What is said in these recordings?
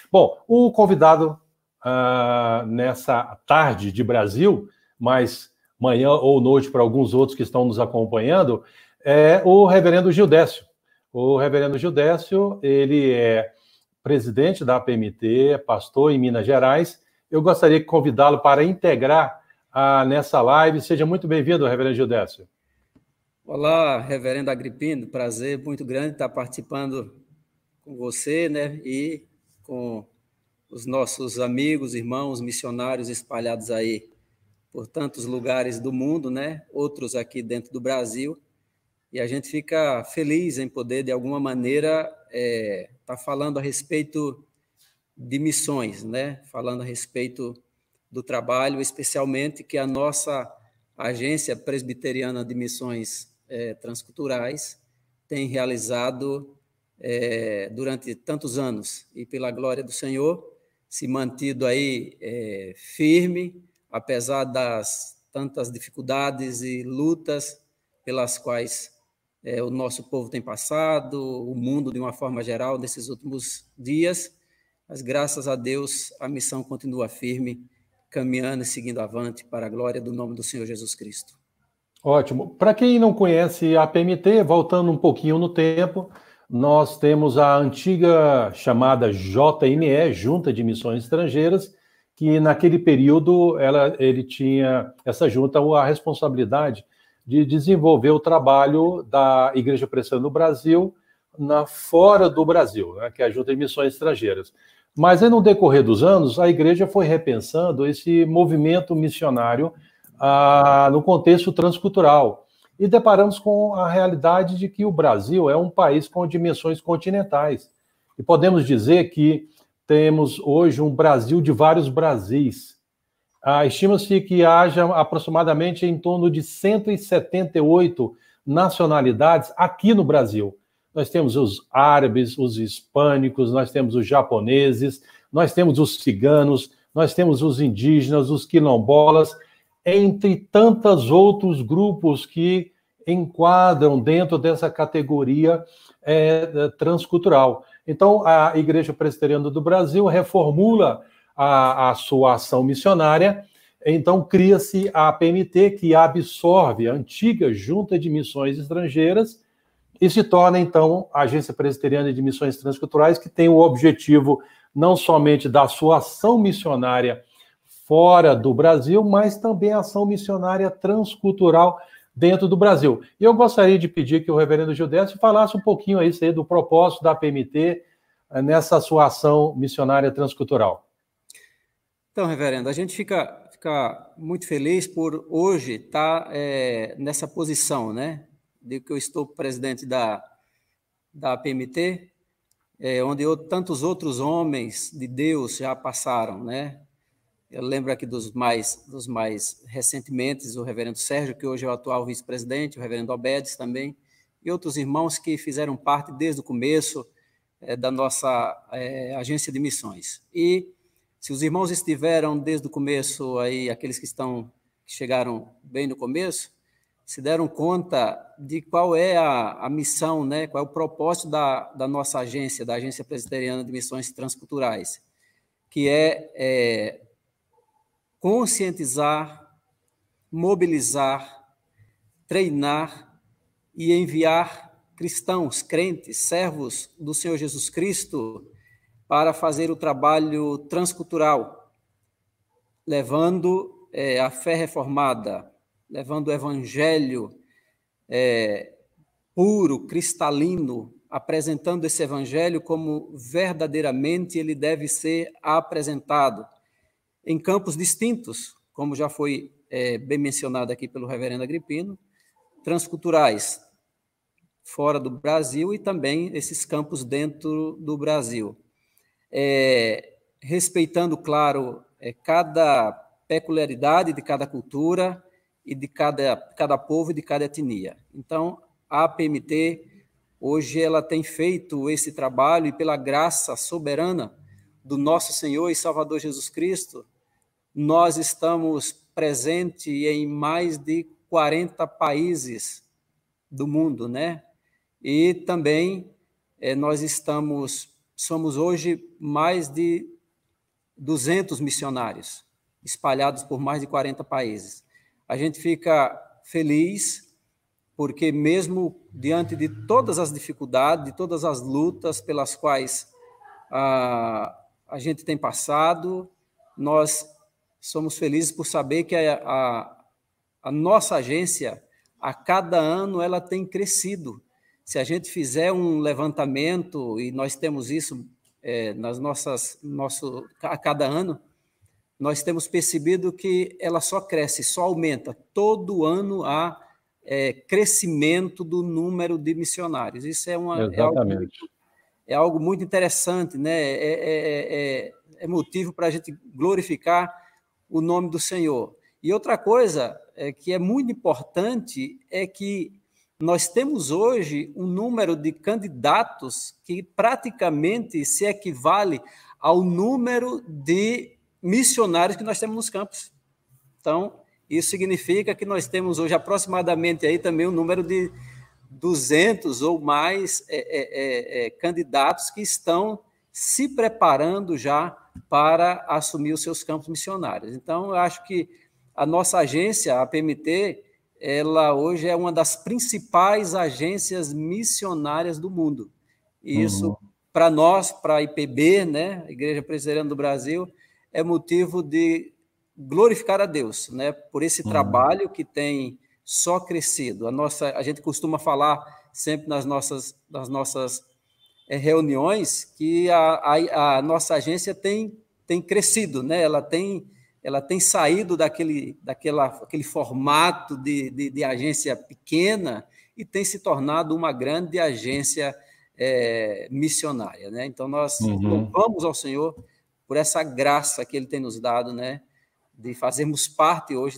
Bom, o convidado nessa tarde de Brasil, mas manhã ou noite para alguns outros que estão nos acompanhando, é o reverendo Gildécio. O reverendo Gildécio, ele é presidente da APMT, pastor em Minas Gerais. Eu gostaria de convidá-lo para integrar nessa live. Seja muito bem-vindo, reverendo Gildécio. Olá, reverendo Agripino, prazer muito grande estar participando com você, né, e com os nossos amigos, irmãos, missionários espalhados aí por tantos lugares do mundo, né, outros aqui dentro do Brasil, e a gente fica feliz em poder, de alguma maneira, estar falando a respeito de missões, né, falando a respeito do trabalho, especialmente que a nossa Agência Presbiteriana de Missões Transculturais tem realizado durante tantos anos, e pela glória do Senhor, se mantido aí firme, apesar das tantas dificuldades e lutas pelas quais o nosso povo tem passado, o mundo de uma forma geral, nesses últimos dias, mas graças a Deus a missão continua firme, caminhando e seguindo avante para a glória do nome do Senhor Jesus Cristo. Ótimo. Para quem não conhece a APMT, voltando um pouquinho no tempo, nós temos a antiga chamada JME, Junta de Missões Estrangeiras, que naquele período ele tinha, essa junta, a responsabilidade de desenvolver o trabalho da Igreja Presbiteriana do Brasil fora do Brasil, né, que é a Junta de Missões Estrangeiras. Mas aí, no decorrer dos anos, a igreja foi repensando esse movimento missionário no contexto transcultural. E deparamos com a realidade de que o Brasil é um país com dimensões continentais. E podemos dizer que temos hoje um Brasil de vários Brasis. Estima-se que haja aproximadamente em torno de 178 nacionalidades aqui no Brasil. Nós temos os árabes, os hispânicos, nós temos os japoneses, nós temos os ciganos, nós temos os indígenas, os quilombolas, entre tantos outros grupos que enquadram dentro dessa categoria transcultural. Então, a Igreja Presbiteriana do Brasil reformula a sua ação missionária, então cria-se a APMT, que absorve a antiga Junta de Missões Estrangeiras, e se torna, então, a Agência Presbiteriana de Missões Transculturais, que tem o objetivo não somente da sua ação missionária fora do Brasil, mas também a ação missionária transcultural dentro do Brasil. E eu gostaria de pedir que o reverendo Gildécio falasse um pouquinho aí do propósito da APMT nessa sua ação missionária transcultural. Então, reverendo, a gente fica muito feliz por hoje estar nessa posição, né? De que eu estou presidente da APMT, onde tantos outros homens de Deus já passaram, né? Eu lembro aqui dos mais recentemente, o reverendo Sérgio, que hoje é o atual vice-presidente, o reverendo Obedes também, e outros irmãos que fizeram parte desde o começo da nossa agência de missões. E se os irmãos estiveram desde o começo, aí, aqueles que chegaram bem no começo, se deram conta de qual é a missão, né? Qual é o propósito da nossa agência, da Agência Presbiteriana de Missões Transculturais, que é conscientizar, mobilizar, treinar e enviar cristãos, crentes, servos do Senhor Jesus Cristo para fazer o trabalho transcultural, levando a fé reformada, levando o evangelho puro, cristalino, apresentando esse evangelho como verdadeiramente ele deve ser apresentado, em campos distintos, como já foi bem mencionado aqui pelo reverendo Agripino, transculturais, fora do Brasil, e também esses campos dentro do Brasil. Respeitando, claro, cada peculiaridade de cada cultura e de cada povo e de cada etnia. Então, a APMT, hoje, ela tem feito esse trabalho, e pela graça soberana do nosso Senhor e Salvador Jesus Cristo, nós estamos presentes em mais de 40 países do mundo, né? E também nós estamos somos hoje mais de 200 missionários, espalhados por mais de 40 países. A gente fica feliz porque mesmo diante de todas as dificuldades, de todas as lutas pelas quais a gente tem passado, nós somos felizes por saber que a nossa agência, a cada ano, ela tem crescido. Se a gente fizer um levantamento, e nós temos isso a cada ano, nós temos percebido que ela só cresce, só aumenta. Todo ano há crescimento do número de missionários. Isso é algo muito interessante, né? É motivo para a gente glorificar o nome do Senhor. E outra coisa que é muito importante é que nós temos hoje um número de candidatos que praticamente se equivale ao número de missionários que nós temos nos campos. Então, isso significa que nós temos hoje aproximadamente aí também um número de 200 ou mais candidatos que estão se preparando já para assumir os seus campos missionários. Então, eu acho que a nossa agência, a PMT, ela hoje é uma das principais agências missionárias do mundo. E isso, para nós, para a IPB, né, a Igreja Presbiteriana do Brasil, é motivo de glorificar a Deus, né, por esse trabalho que tem só crescido. A gente costuma falar sempre nas nossas reuniões que a nossa agência tem crescido, né? Ela tem saído daquele formato de agência pequena e tem se tornado uma grande agência missionária, né? Então, nós louvamos ao Senhor por essa graça que Ele tem nos dado, né? De fazermos parte hoje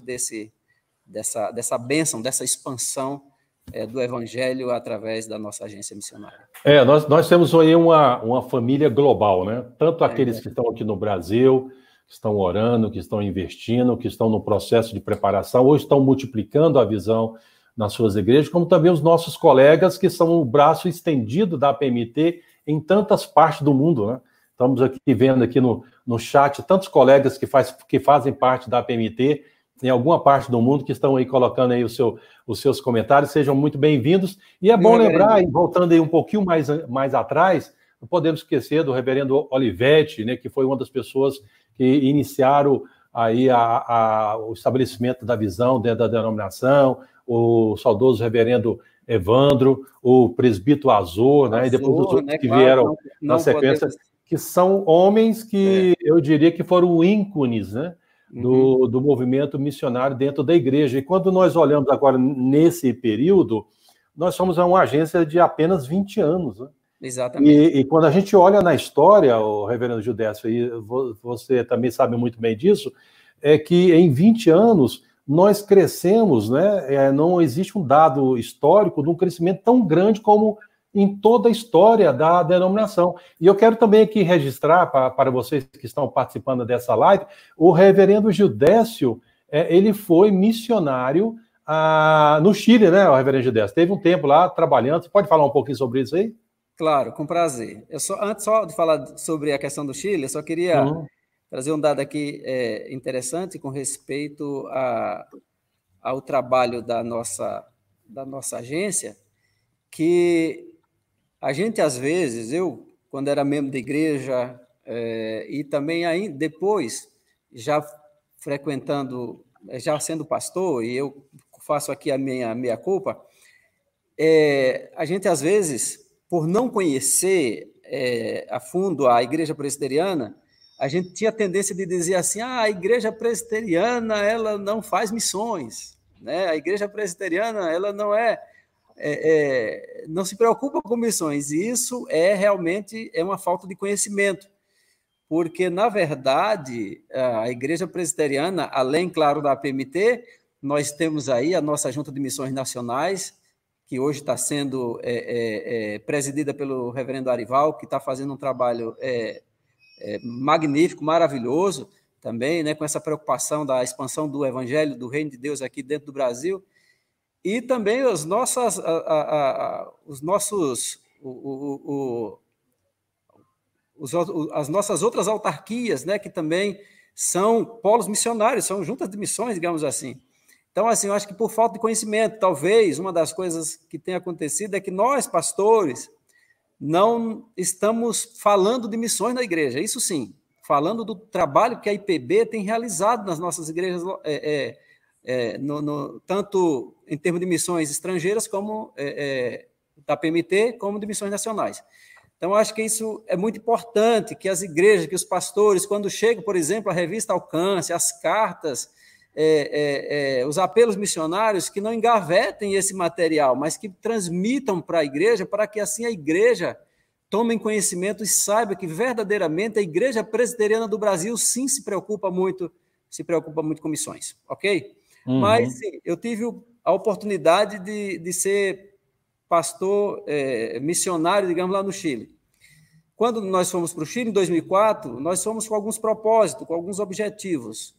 dessa bênção, dessa expansão do Evangelho através da nossa agência missionária. Nós temos aí uma família global, né? Tanto aqueles que estão aqui no Brasil, que estão orando, que estão investindo, que estão no processo de preparação, ou estão multiplicando a visão nas suas igrejas, como também os nossos colegas que são o braço estendido da PMT em tantas partes do mundo, né? Estamos aqui vendo aqui no chat tantos colegas que fazem parte da PMT em alguma parte do mundo que estão aí colocando aí os seus comentários. Sejam muito bem-vindos. E é bom lembrar, voltando aí um pouquinho mais atrás, não podemos esquecer do reverendo Olivetti, né, que foi uma das pessoas que iniciaram aí o estabelecimento da visão dentro da denominação, o saudoso reverendo Evandro, o presbítero Azor, né, e depois os outros que vieram na sequência, que são homens que eu diria que foram ícones, né, do movimento missionário dentro da igreja. E quando nós olhamos agora nesse período, nós somos uma agência de apenas 20 anos, né? Exatamente. E quando a gente olha na história, o reverendo Judécio, e você também sabe muito bem disso, é que em 20 anos nós crescemos, né? Não existe um dado histórico de um crescimento tão grande como em toda a história da denominação. E eu quero também aqui registrar para vocês que estão participando dessa live, o reverendo Judécio, ele foi missionário no Chile, né, o reverendo Judécio? Teve um tempo lá trabalhando. Você pode falar um pouquinho sobre isso aí? Claro, com prazer. Antes de falar sobre a questão do Chile, eu só queria trazer um dado aqui interessante com respeito ao trabalho da nossa agência, que a gente, às vezes, quando era membro da igreja, e também depois, já frequentando, já sendo pastor, e eu faço aqui a minha culpa, a gente, às vezes, por não conhecer a fundo a igreja presbiteriana, a gente tinha a tendência de dizer assim, a igreja presbiteriana, ela não faz missões, né? A igreja presbiteriana, ela não se preocupa com missões, e isso realmente uma falta de conhecimento, porque, na verdade, a Igreja Presbiteriana, além, claro, da PMT, nós temos aí a nossa Junta de Missões Nacionais, que hoje está sendo presidida pelo reverendo Arival, que está fazendo um trabalho magnífico, maravilhoso, também, né, com essa preocupação da expansão do Evangelho, do Reino de Deus aqui dentro do Brasil. E também as nossas outras autarquias, né, que também são polos missionários, são juntas de missões, digamos assim. Então, assim, eu acho que por falta de conhecimento, talvez uma das coisas que tem acontecido é que nós, pastores, não estamos falando de missões na igreja, isso sim, falando do trabalho que a IPB tem realizado nas nossas igrejas, tanto em termos de missões estrangeiras, como da PMT, como de missões nacionais. Então, acho que isso é muito importante, que as igrejas, que os pastores, quando chegam, por exemplo, a revista Alcance, as cartas, os apelos missionários, que não engavetem esse material, mas que transmitam para a igreja, para que assim a igreja tome conhecimento e saiba que verdadeiramente a Igreja Presbiteriana do Brasil sim se preocupa muito com missões, ok? Uhum. Mas sim, eu tive a oportunidade de ser pastor missionário, digamos, lá no Chile. Quando nós fomos para o Chile, em 2004, nós fomos com alguns propósitos, com alguns objetivos.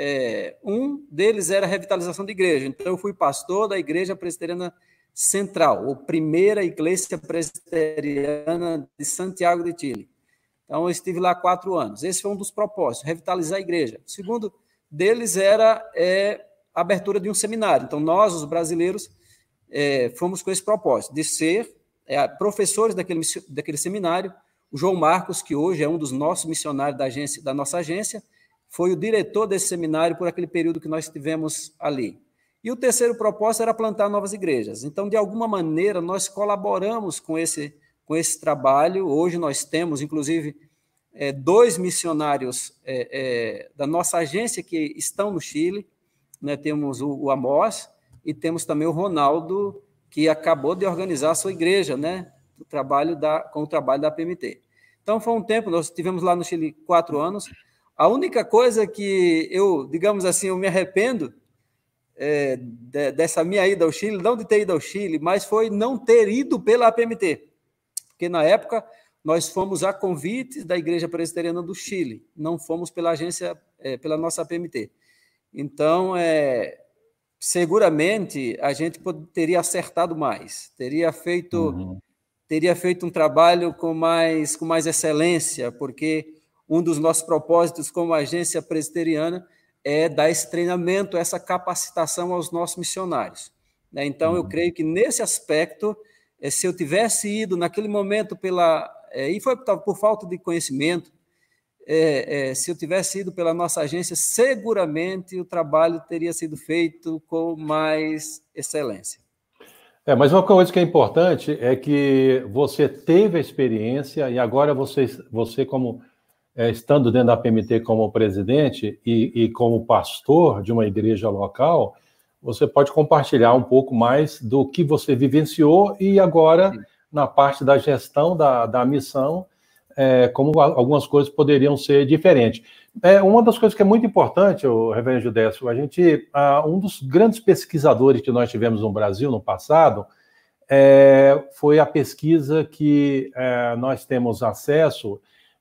Um deles era a revitalização da igreja. Então, eu fui pastor da Igreja Presbiteriana Central, ou primeira igreja presbiteriana de Santiago de Chile. Então, eu estive lá 4 anos. Esse foi um dos propósitos, revitalizar a igreja. O segundo deles era a abertura de um seminário. Então, nós, os brasileiros, fomos com esse propósito, de ser professores daquele seminário. O João Marcos, que hoje é um dos nossos missionários da nossa agência, foi o diretor desse seminário por aquele período que nós estivemos ali. E o terceiro propósito era plantar novas igrejas. Então, de alguma maneira, nós colaboramos com esse trabalho. Hoje nós temos, inclusive, 2 missionários da nossa agência que estão no Chile, né? Temos o Amós e temos também o Ronaldo, que acabou de organizar a sua igreja, né? Com o trabalho da PMT. Então, foi um tempo, nós estivemos lá no Chile 4 anos. A única coisa que digamos assim, eu me arrependo dessa minha ida ao Chile, não de ter ido ao Chile, mas foi não ter ido pela APMT, porque na época nós fomos a convite da Igreja Presbiteriana do Chile, não fomos pela agência, pela nossa APMT. Então, seguramente a gente teria acertado mais, teria feito um trabalho com mais excelência, porque um dos nossos propósitos como agência presbiteriana é dar esse treinamento, essa capacitação aos nossos missionários. Então, eu creio que nesse aspecto, se eu tivesse ido naquele momento e foi por falta de conhecimento, se eu tivesse ido pela nossa agência, seguramente o trabalho teria sido feito com mais excelência. Mas uma coisa que é importante é que você teve a experiência e agora você como estando dentro da PMT como presidente e como pastor de uma igreja local, você pode compartilhar um pouco mais do que você vivenciou e agora, na parte da gestão da missão, como algumas coisas poderiam ser diferentes. Uma das coisas que é muito importante, o reverendo Judécio, um dos grandes pesquisadores que nós tivemos no Brasil no passado foi a pesquisa que nós temos acesso.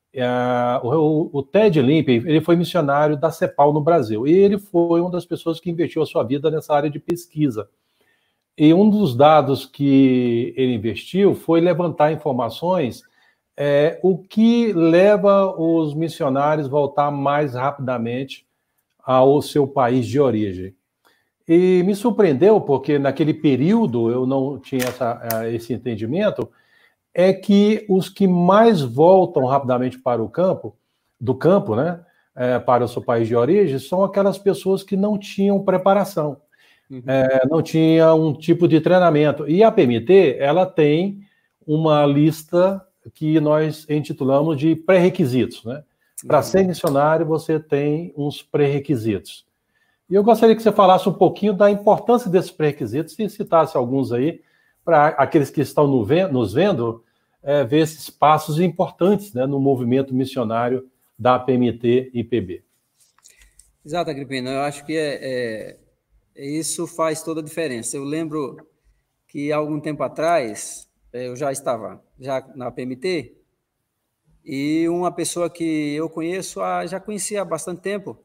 O Ted Limp, ele foi missionário da CEPAL no Brasil, e ele foi uma das pessoas que investiu a sua vida nessa área de pesquisa. E um dos dados que ele investiu foi levantar informações, o que leva os missionários a voltar mais rapidamente ao seu país de origem. E me surpreendeu, porque naquele período eu não tinha esse entendimento, é que os que mais voltam rapidamente para o campo, né, para o seu país de origem, são aquelas pessoas que não tinham preparação, não tinham um tipo de treinamento. E a PMT, ela tem uma lista que nós intitulamos de pré-requisitos, né? Para ser missionário, você tem uns pré-requisitos. E eu gostaria que você falasse um pouquinho da importância desses pré-requisitos e citasse alguns aí, para aqueles que estão nos vendo, ver esses passos importantes, né, no movimento missionário da PMT e IPB. Exato, Agripino. Eu acho que isso faz toda a diferença. Eu lembro que há algum tempo atrás, eu já estava na PMT, e uma pessoa que eu conheço, já conhecia há bastante tempo,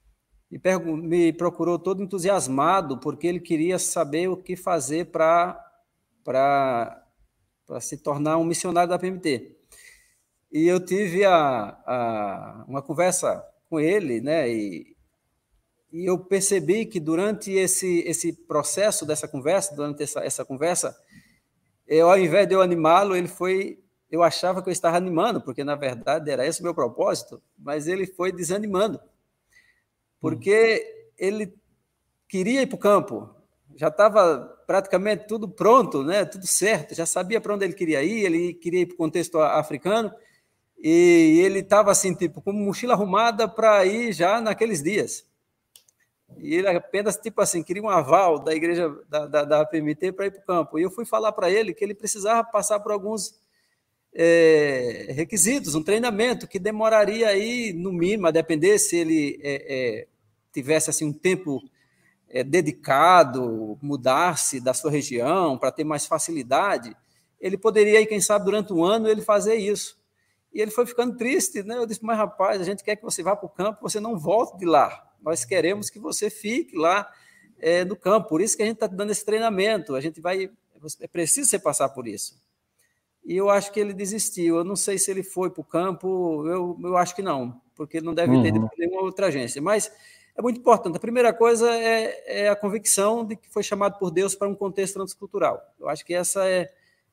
me procurou todo entusiasmado, porque ele queria saber o que fazer para se tornar um missionário da PMT. E eu tive uma conversa com ele, né? E eu percebi que durante esse processo dessa conversa, durante essa conversa, ao invés de eu animá-lo, eu achava que eu estava animando, porque, na verdade, era esse o meu propósito, mas ele foi desanimando, porque ele queria ir para o campo, já estava praticamente tudo pronto, né? Tudo certo, já sabia para onde ele queria ir para o contexto africano, e ele estava assim, tipo, com mochila arrumada para ir já naqueles dias. E ele apenas, tipo assim, queria um aval da igreja da APMT para ir para o campo. E eu fui falar para ele que ele precisava passar por alguns requisitos, um treinamento que demoraria aí, no mínimo, a depender se ele tivesse assim, um tempo dedicado, mudar-se da sua região para ter mais facilidade, ele poderia, aí, quem sabe, durante um ano, ele fazer isso. E ele foi ficando triste, né? Eu disse, mas rapaz, a gente quer que você vá para o campo, você não volte de lá. Nós queremos que você fique lá no campo. Por isso que a gente está dando esse treinamento. É preciso você passar por isso. E eu acho que ele desistiu. Eu não sei se ele foi para o campo, eu acho que não, porque ele não deve ter ido para nenhuma outra agência. Mas é muito importante. A primeira coisa é a convicção de que foi chamado por Deus para um contexto transcultural. Eu acho que essa é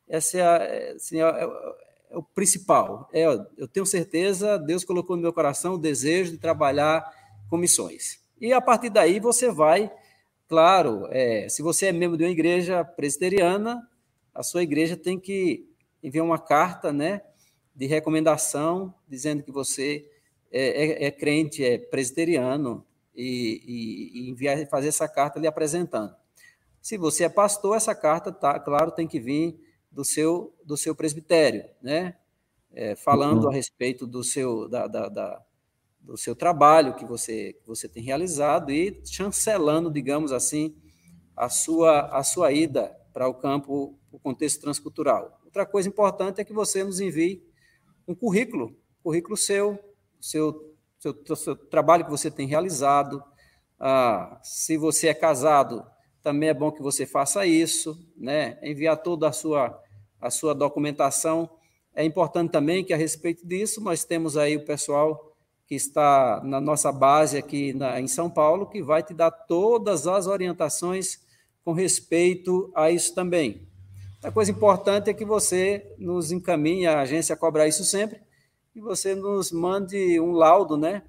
o principal. Eu tenho certeza, Deus colocou no meu coração o desejo de trabalhar com missões. E a partir daí você vai, claro, se você é membro de uma igreja presbiteriana, a sua igreja tem que enviar uma carta, né, de recomendação, dizendo que você é crente, é presbiteriano, e fazer essa carta lhe apresentando. Se você é pastor, essa carta, claro, tem que vir do seu presbitério, né? Falando a respeito do seu trabalho que você tem realizado e chancelando, digamos assim, a sua ida para o campo, o contexto transcultural. Outra coisa importante é que você nos envie um currículo seu trabalho que você tem realizado. Se você é casado, também é bom que você faça isso, né? Enviar toda a sua documentação. É importante também que, a respeito disso, nós temos aí o pessoal que está na nossa base aqui em São Paulo, que vai te dar todas as orientações com respeito a isso também. A coisa importante é que você nos encaminhe, a agência cobra isso sempre, e você nos mande um laudo, né,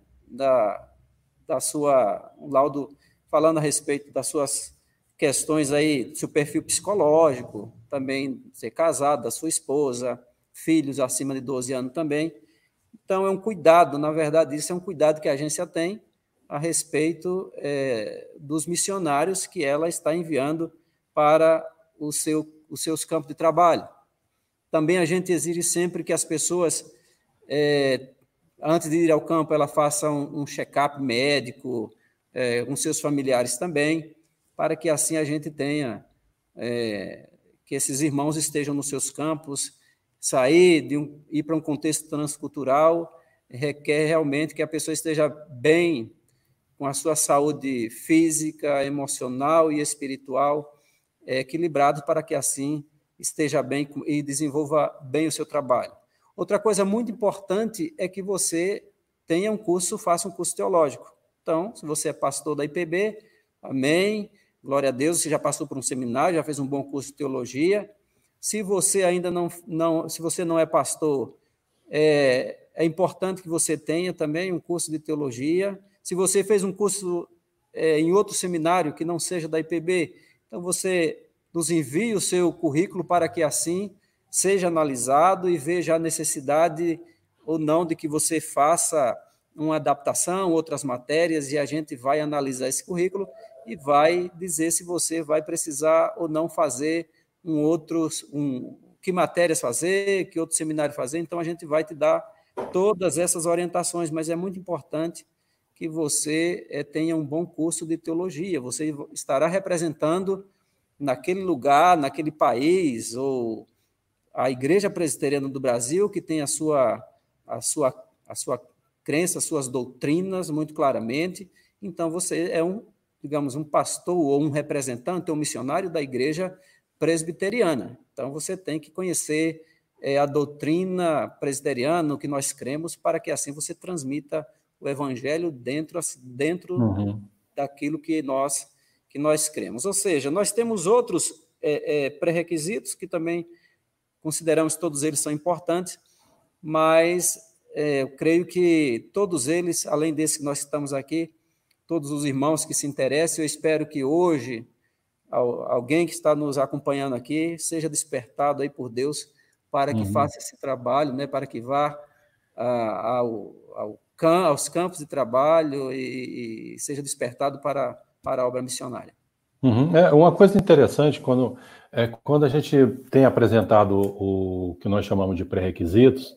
um laudo falando a respeito das suas questões aí, do seu perfil psicológico, também ser casado, da sua esposa, filhos acima de 12 anos também. Então, é um cuidado, na verdade, isso é um cuidado que a agência tem a respeito dos missionários que ela está enviando para os seus campos de trabalho. Também a gente exige sempre que as pessoas, antes de ir ao campo, ela faça um check-up médico com seus familiares também, para que assim a gente tenha, que esses irmãos estejam nos seus campos. Ir para um contexto transcultural requer realmente que a pessoa esteja bem com a sua saúde física, emocional e espiritual equilibrado, para que assim esteja bem e desenvolva bem o seu trabalho. Outra coisa muito importante é que você faça um curso teológico. Então, se você é pastor da IPB, amém, glória a Deus, você já passou por um seminário, já fez um bom curso de teologia. Se você ainda se você não é pastor, é importante que você tenha também um curso de teologia. Se você fez um curso em outro seminário que não seja da IPB, então você nos envie o seu currículo para que assim seja analisado e veja a necessidade ou não de que você faça uma adaptação, outras matérias, e a gente vai analisar esse currículo e vai dizer se você vai precisar ou não fazer que matérias fazer, que outro seminário fazer. Então, a gente vai te dar todas essas orientações, mas é muito importante que você tenha um bom curso de teologia. Você estará representando naquele lugar, naquele país, ou a Igreja Presbiteriana do Brasil, que tem a sua crença, as suas doutrinas muito claramente. Então, você é digamos, um pastor ou um representante ou um missionário da Igreja Presbiteriana. Então, você tem que conhecer a doutrina presbiteriana, no que nós cremos, para que assim você transmita o evangelho dentro daquilo que nós cremos. Ou seja, nós temos outros pré-requisitos que também consideramos que todos eles são importantes, mas eu creio que todos eles, além desse que nós estamos aqui, todos os irmãos que se interessem, eu espero que hoje alguém que está nos acompanhando aqui seja despertado aí por Deus para que faça esse trabalho, né, para que vá aos campos de trabalho e seja despertado para a obra missionária. Uma coisa interessante, quando a gente tem apresentado o que nós chamamos de pré-requisitos,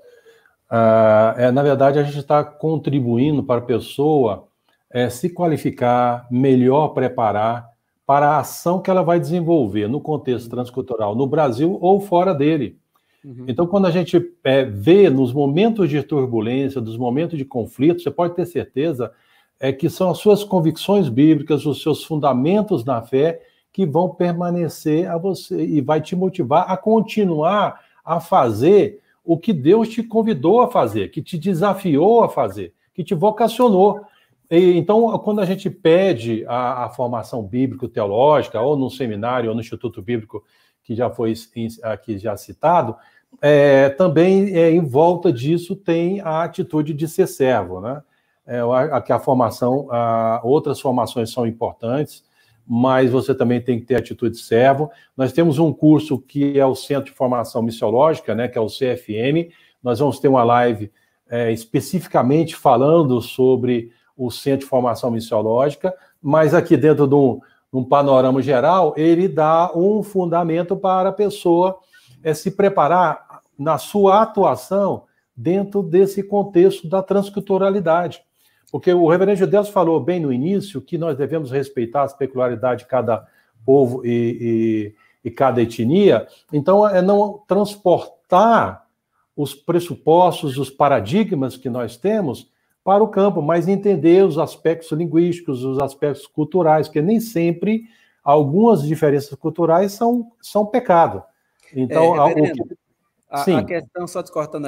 na verdade, a gente está contribuindo para a pessoa se qualificar, melhor preparar para a ação que ela vai desenvolver no contexto transcultural, no Brasil ou fora dele. Então, quando a gente vê nos momentos de turbulência, nos momentos de conflito, você pode ter certeza que são as suas convicções bíblicas, os seus fundamentos na fé que vão permanecer a você e vai te motivar a continuar a fazer o que Deus te convidou a fazer, que te desafiou a fazer, que te vocacionou. Então, quando a gente pede a formação bíblico-teológica, ou no seminário, ou no Instituto Bíblico, que já foi aqui já citado, também em volta disso tem a atitude de ser servo, né? A formação, outras formações são importantes, mas você também tem que ter atitude de servo. Nós temos um curso que é o Centro de Formação Missiológica, né, que é o CFM. Nós vamos ter uma live especificamente falando sobre o Centro de Formação Missiológica, mas aqui dentro de um panorama geral, ele dá um fundamento para a pessoa se preparar na sua atuação dentro desse contexto da transculturalidade. Porque o reverendo Gildes falou bem no início que nós devemos respeitar as peculiaridades de cada povo e cada etnia. Então, não transportar os pressupostos, os paradigmas que nós temos para o campo, mas entender os aspectos linguísticos, os aspectos culturais, porque nem sempre algumas diferenças culturais são pecado. Então, a questão, só te cortando,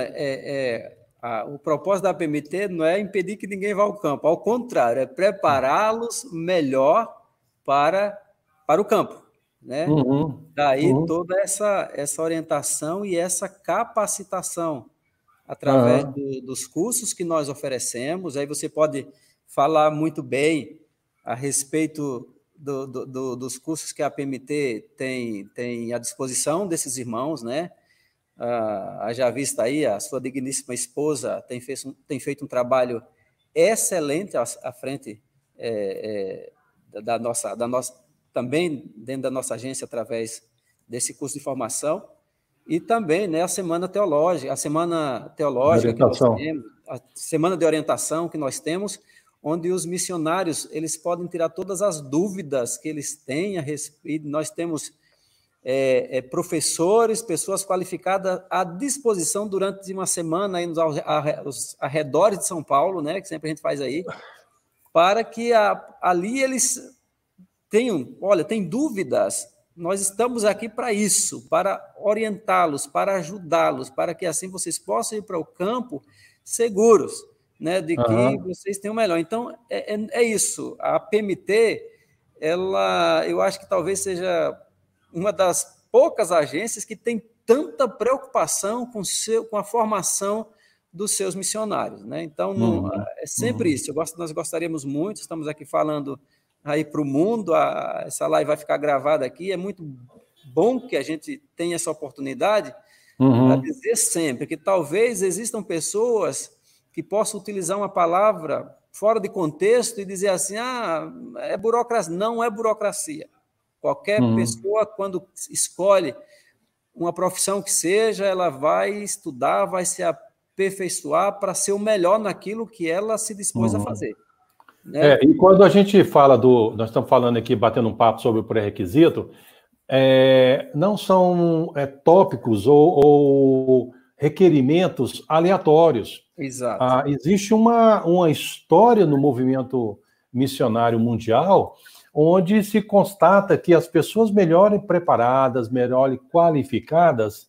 o propósito da APMT não é impedir que ninguém vá ao campo, ao contrário, é prepará-los melhor para o campo, né? Daí toda essa orientação e essa capacitação através dos cursos que nós oferecemos. Aí você pode falar muito bem a respeito dos cursos que a APMT tem à disposição desses irmãos, né? Já vista aí, a sua digníssima esposa tem feito um trabalho excelente à frente da nossa, também dentro da nossa agência, através desse curso de formação, e também, né, a semana teológica que nós temos, a semana de orientação que nós temos, onde os missionários eles podem tirar todas as dúvidas que eles têm a respeito. Nós temos professores, pessoas qualificadas à disposição durante uma semana aí nos arredores de São Paulo, né, que sempre a gente faz aí, para que ali eles tem dúvidas, nós estamos aqui para isso, para orientá-los, para ajudá-los, para que assim vocês possam ir para o campo seguros, né, de que vocês tenham melhor. Então, é isso, a PMT, eu acho que talvez seja uma das poucas agências que tem tanta preocupação com a formação dos seus missionários, né? Então, é sempre isso. Nós gostaríamos muito, estamos aqui falando aí para o mundo, essa live vai ficar gravada aqui, é muito bom que a gente tenha essa oportunidade para dizer sempre que talvez existam pessoas que possam utilizar uma palavra fora de contexto e dizer assim, é burocracia. Não é burocracia. Qualquer pessoa, quando escolhe uma profissão que seja, ela vai estudar, vai se aperfeiçoar para ser o melhor naquilo que ela se dispôs a fazer. Né? E quando a gente fala nós estamos falando aqui, batendo um papo sobre o pré-requisito, não são tópicos ou requerimentos aleatórios. Exato. Existe uma história no movimento missionário mundial onde se constata que as pessoas melhor preparadas, melhor qualificadas,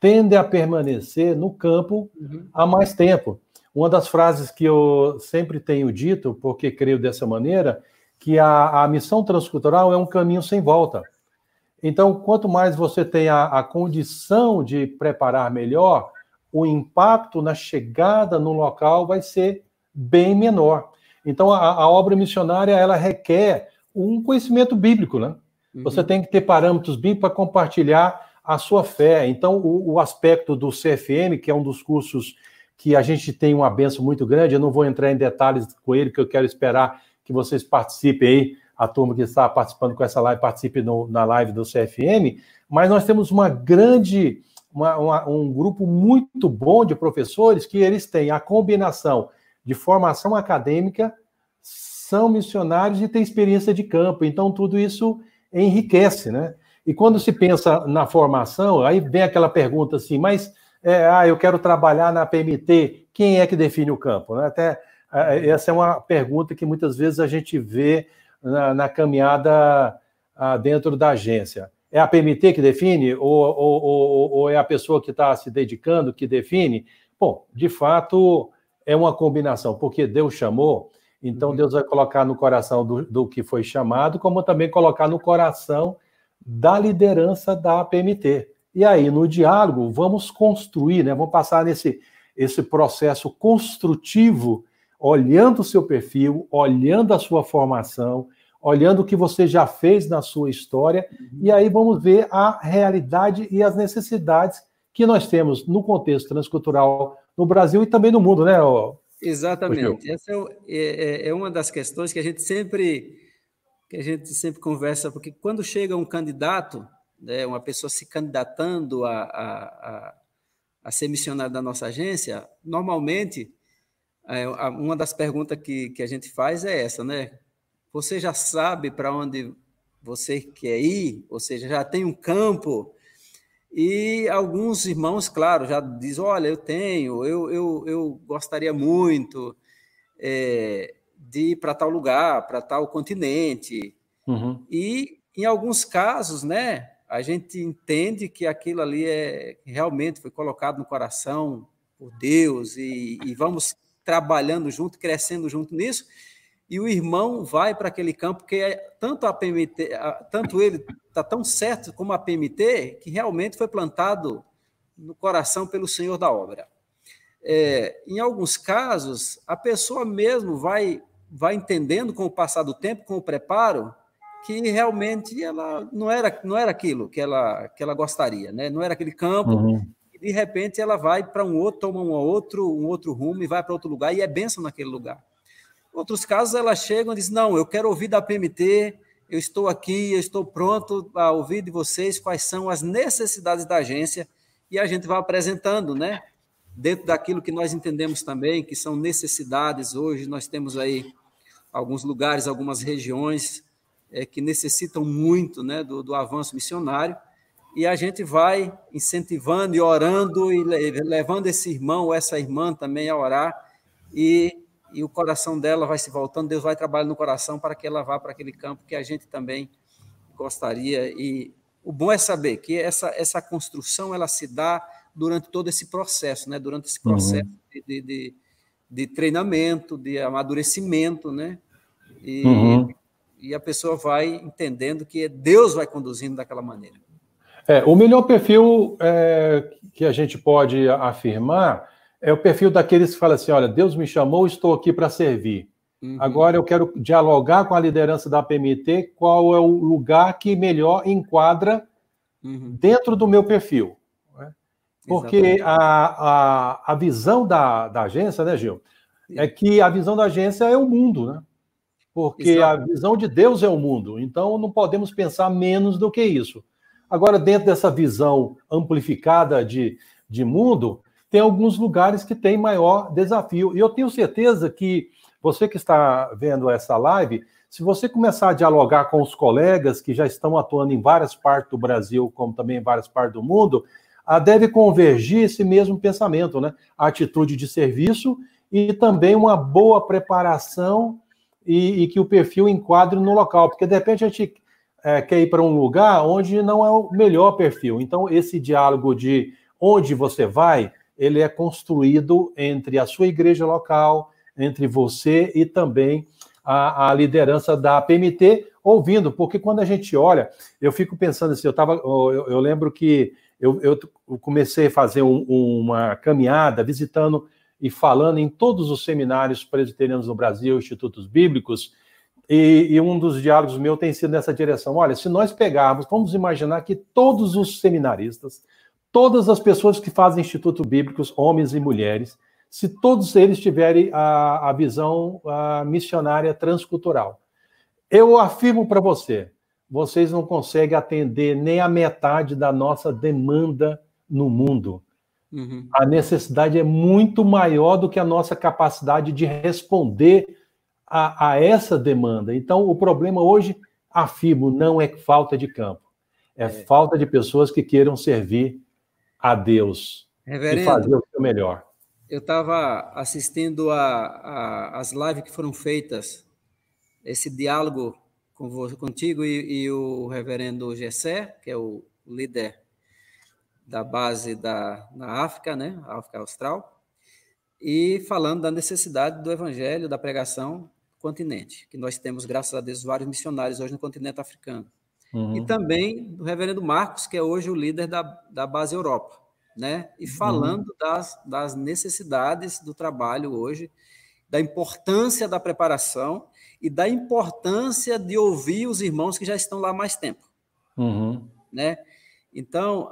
tendem a permanecer no campo há mais tempo. Uma das frases que eu sempre tenho dito, porque creio dessa maneira, que a missão transcultural é um caminho sem volta. Então, quanto mais você tem a condição de preparar melhor, o impacto na chegada no local vai ser bem menor. Então, a obra missionária, ela requer um conhecimento bíblico, né? Você tem que ter parâmetros bíblicos para compartilhar a sua fé. Então, o aspecto do CFM, que é um dos cursos que a gente tem uma bênção muito grande, eu não vou entrar em detalhes com ele, que eu quero esperar que vocês participem aí, a turma que está participando com essa live, participe na live do CFM, mas nós temos um grupo muito bom de professores que eles têm a combinação de formação acadêmica, são missionários e têm experiência de campo. Então, tudo isso enriquece, né? E quando se pensa na formação, aí vem aquela pergunta assim, mas eu quero trabalhar na PMT, quem é que define o campo? Né? Até essa é uma pergunta que muitas vezes a gente vê na caminhada dentro da agência. É a PMT que define ou é a pessoa que está se dedicando que define? Bom, de fato, é uma combinação, porque Deus chamou, então Deus vai colocar no coração do que foi chamado, como também colocar no coração da liderança da PMT. E aí, no diálogo, vamos construir, né? Vamos passar esse processo construtivo, olhando o seu perfil, olhando a sua formação, olhando o que você já fez na sua história, e aí vamos ver a realidade e as necessidades que nós temos no contexto transcultural no Brasil e também no mundo, né? Exatamente. Essa é uma das questões que a gente sempre conversa, porque quando chega um candidato, né, uma pessoa se candidatando a ser missionário da nossa agência, normalmente, uma das perguntas que a gente faz é essa, né? Você já sabe para onde você quer ir? Ou seja, já tem um campo? E alguns irmãos, claro, já dizem, olha, eu gostaria muito de ir para tal lugar, para tal continente. E, em alguns casos, né, a gente entende que aquilo ali realmente foi colocado no coração por Deus e vamos trabalhando junto, crescendo junto nisso, e o irmão vai para aquele campo que tanto a PMT, tanto ele está tão certo como a PMT, que realmente foi plantado no coração pelo Senhor da obra. Em alguns casos, a pessoa mesmo vai entendendo com o passar do tempo, com o preparo, que realmente ela não era aquilo que ela gostaria, né? Não era aquele campo, e de repente ela vai para um outro, toma um outro rumo e vai para outro lugar, e é bênção naquele lugar. Em outros casos, elas chegam e dizem, não, eu quero ouvir da PMT, eu estou aqui, eu estou pronto a ouvir de vocês quais são as necessidades da agência, e a gente vai apresentando, né? Dentro daquilo que nós entendemos também, que são necessidades. Hoje nós temos aí alguns lugares, algumas regiões que necessitam muito, né, do avanço missionário, e a gente vai incentivando e orando e levando esse irmão ou essa irmã também a orar, e o coração dela vai se voltando, Deus vai trabalhando no coração para que ela vá para aquele campo que a gente também gostaria. E o bom é saber que essa construção ela se dá durante todo esse processo, né? Durante esse processo de treinamento, de amadurecimento, né? E a pessoa vai entendendo que Deus vai conduzindo daquela maneira. O melhor perfil que a gente pode afirmar é o perfil daqueles que falam assim, olha, Deus me chamou, estou aqui para servir. Agora eu quero dialogar com a liderança da PMT, qual é o lugar que melhor enquadra dentro do meu perfil. Né? Porque a visão da agência, né, Gil? É que a visão da agência é o mundo, né? Porque a visão de Deus é o mundo. Então não podemos pensar menos do que isso. Agora, dentro dessa visão amplificada de mundo, tem alguns lugares que têm maior desafio. E eu tenho certeza que você que está vendo essa live, se você começar a dialogar com os colegas que já estão atuando em várias partes do Brasil, como também em várias partes do mundo, deve convergir esse mesmo pensamento, né? A atitude de serviço e também uma boa preparação e que o perfil enquadre no local. Porque, de repente, a gente quer ir para um lugar onde não é o melhor perfil. Então, esse diálogo de onde você vai, ele é construído entre a sua igreja local, entre você e também a liderança da PMT, ouvindo, porque quando a gente olha, eu fico pensando assim, eu lembro que eu comecei a fazer uma caminhada, visitando e falando em todos os seminários presbiterianos no Brasil, institutos bíblicos, e um dos diálogos meus tem sido nessa direção. Olha, se nós pegarmos, vamos imaginar que todos os seminaristas, todas as pessoas que fazem institutos bíblicos, homens e mulheres, se todos eles tiverem a visão missionária transcultural, eu afirmo para vocês não conseguem atender nem a metade da nossa demanda no mundo. Uhum. A necessidade é muito maior do que a nossa capacidade de responder a essa demanda. Então, o problema hoje, afirmo, não é falta de campo. É falta de pessoas que queiram servir a Deus e fazer o seu melhor. Eu estava assistindo as lives que foram feitas, esse diálogo contigo e o reverendo Gessé, que é o líder da base na África, né, África Austral, e falando da necessidade do evangelho, da pregação no continente, que nós temos, graças a Deus, vários missionários hoje no continente africano. Uhum. E também do reverendo Marcos, que é hoje o líder da base Europa, né, e falando das necessidades do trabalho hoje, da importância da preparação e da importância de ouvir os irmãos que já estão lá há mais tempo. Uhum. Né? Então,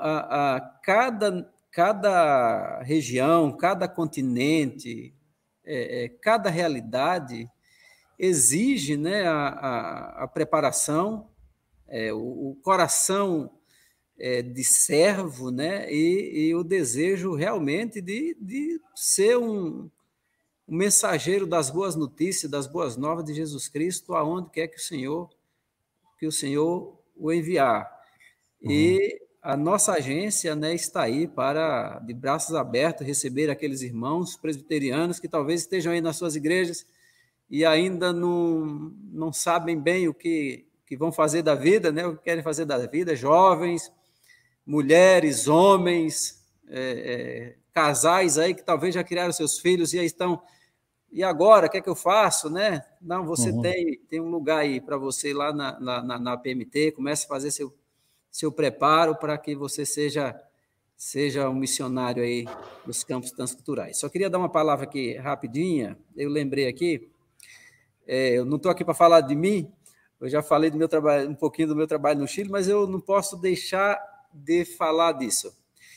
cada região, cada continente, cada realidade exige, né, a preparação, o coração de servo, né, e o desejo realmente de ser um mensageiro das boas notícias, das boas novas de Jesus Cristo, aonde quer que o Senhor o enviar. Uhum. E a nossa agência, né, está aí para, de braços abertos, receber aqueles irmãos presbiterianos que talvez estejam aí nas suas igrejas e ainda não sabem bem o que vão fazer da vida, né, o que querem fazer da vida, jovens, mulheres, homens, casais aí que talvez já criaram seus filhos e aí estão... E agora, o que é que eu faço, né? Não, você tem um lugar aí para você lá na PMT, comece a fazer seu preparo para que você seja um missionário aí nos campos transculturais. Só queria dar uma palavra aqui rapidinha, eu lembrei aqui, eu não estou aqui para falar de mim, eu já falei do meu trabalho, um pouquinho do meu trabalho no Chile, mas eu não posso deixar de falar disso.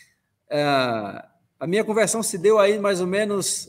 A minha conversão se deu aí mais ou menos...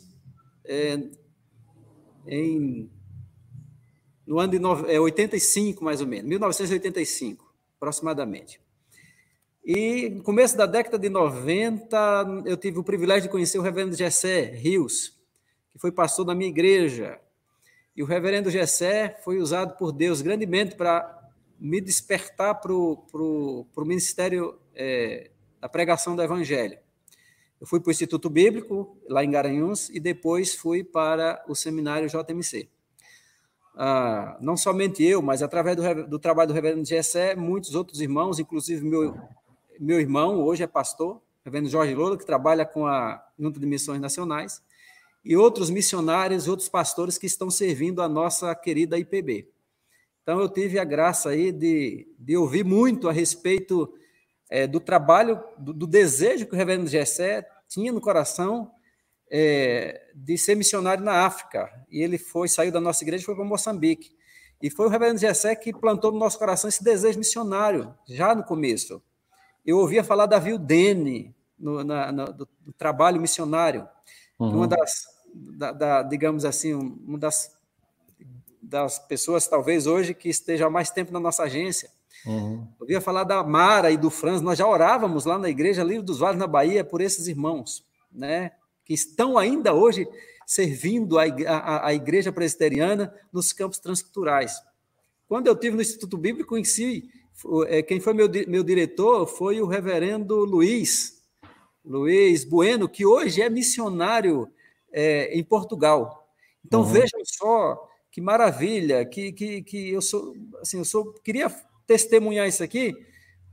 no ano de 85, mais ou menos, 1985, aproximadamente. E no começo da década de 90, eu tive o privilégio de conhecer o reverendo Gessé Rios, que foi pastor da minha igreja. E o reverendo Gessé foi usado por Deus grandemente para me despertar para o ministério da pregação do evangelho. Eu fui para o Instituto Bíblico, lá em Garanhuns, e depois fui para o seminário JMC. Não somente eu, mas através do trabalho do reverendo Gessé, muitos outros irmãos, inclusive meu irmão, hoje é pastor, o reverendo Jorge Lola, que trabalha com a Junta de Missões Nacionais, e outros missionários, outros pastores que estão servindo a nossa querida IPB. Então, eu tive a graça aí de ouvir muito a respeito do trabalho, do desejo que o reverendo Gessé tinha no coração de ser missionário na África. E ele saiu da nossa igreja e foi para Moçambique. E foi o reverendo Gessé que plantou no nosso coração esse desejo missionário, já no começo. Eu ouvia falar da Vildene, do trabalho missionário, uma digamos assim, uma das pessoas, talvez hoje, que esteja há mais tempo na nossa agência. Eu ouvia falar da Mara e do Franz, nós já orávamos lá na igreja Livre dos Vales, na Bahia, por esses irmãos, né, que estão ainda hoje servindo a igreja presbiteriana nos campos transculturais. Quando eu estive no Instituto Bíblico em si, quem foi meu diretor foi o reverendo Luiz Bueno, que hoje é missionário em Portugal. Então, vejam só que maravilha, que eu queria testemunhar isso aqui,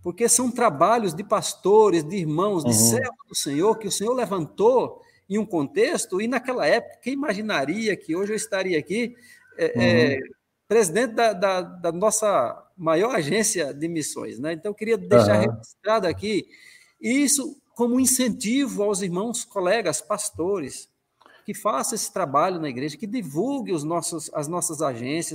porque são trabalhos de pastores, de irmãos, de servos do Senhor, que o Senhor levantou em um contexto, e naquela época, quem imaginaria que hoje eu estaria aqui, presidente da nossa maior agência de missões, né? Então, eu queria deixar registrado aqui isso como incentivo aos irmãos, colegas, pastores, que façam esse trabalho na igreja, que divulgue as nossas agências,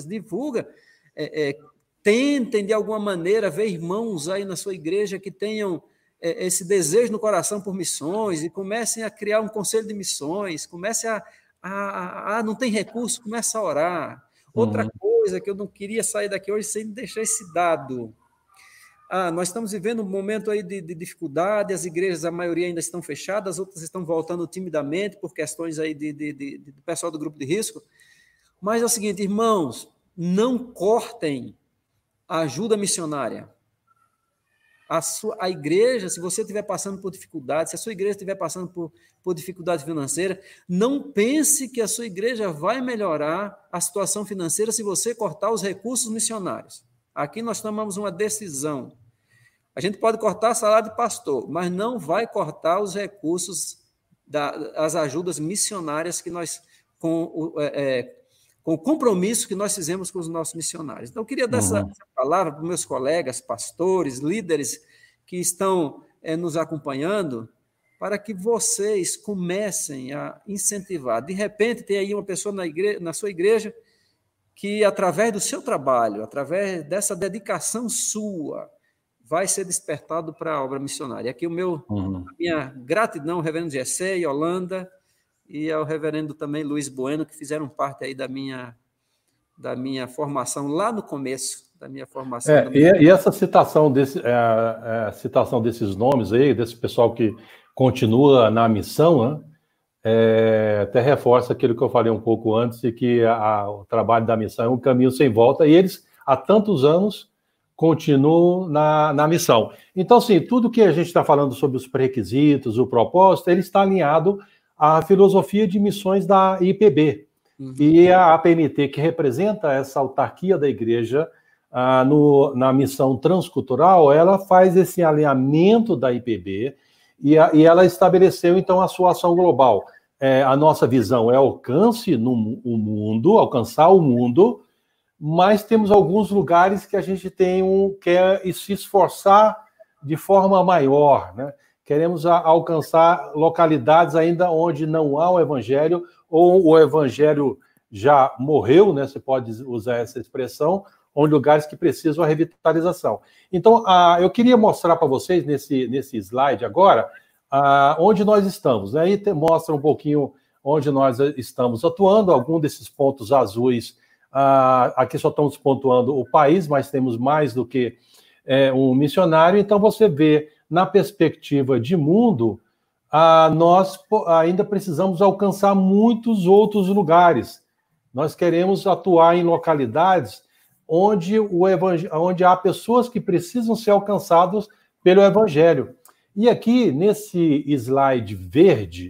tentem, de alguma maneira, ver irmãos aí na sua igreja que tenham esse desejo no coração por missões e comecem a criar um conselho de missões, comecem não tem recurso, comece a orar. Outra coisa que eu não queria sair daqui hoje sem deixar esse dado. Nós estamos vivendo um momento aí de dificuldade, as igrejas, a maioria ainda estão fechadas, outras estão voltando timidamente por questões aí do pessoal do grupo de risco. Mas é o seguinte, irmãos, não cortem a ajuda missionária. A igreja, se você estiver passando por dificuldade, se a sua igreja estiver passando por dificuldade financeira, não pense que a sua igreja vai melhorar a situação financeira se você cortar os recursos missionários. Aqui nós tomamos uma decisão. A gente pode cortar salário de pastor, mas não vai cortar os recursos das ajudas missionárias que nós, com o compromisso que nós fizemos com os nossos missionários. Então, eu queria dar essa palavra para os meus colegas, pastores, líderes que estão nos acompanhando, para que vocês comecem a incentivar. De repente, tem aí uma pessoa na sua igreja que, através do seu trabalho, através dessa dedicação sua, vai ser despertado para a obra missionária. Aqui a minha gratidão ao reverendo Gessé e Holanda, e ao reverendo também Luiz Bueno, que fizeram parte aí da minha formação lá no começo, da minha formação. E essa citação, citação desses nomes aí, desse pessoal que continua na missão, né? Até reforça aquilo que eu falei um pouco antes, de que o trabalho da missão é um caminho sem volta, e eles, há tantos anos, continuam na missão. Então, sim, tudo que a gente está falando sobre os pré-requisitos, o propósito, ele está alinhado à filosofia de missões da IPB. E a APMT, que representa essa autarquia da igreja na missão transcultural, ela faz esse alinhamento da IPB e ela estabeleceu, então, a sua ação global. A nossa visão é alcançar o mundo, mas temos alguns lugares que a gente quer se esforçar de forma maior, né? Queremos alcançar localidades ainda onde não há o evangelho, ou o evangelho já morreu, né? Você pode usar essa expressão, ou lugares que precisam a revitalização. Então, eu queria mostrar para vocês, nesse slide agora, onde nós estamos, né? Aí mostra um pouquinho onde nós estamos atuando, algum desses pontos azuis. Aqui só estamos pontuando o país, mas temos mais do que um missionário. Então, você vê, na perspectiva de mundo, nós ainda precisamos alcançar muitos outros lugares. Nós queremos atuar em localidades onde há pessoas que precisam ser alcançadas pelo Evangelho. E aqui, nesse slide verde,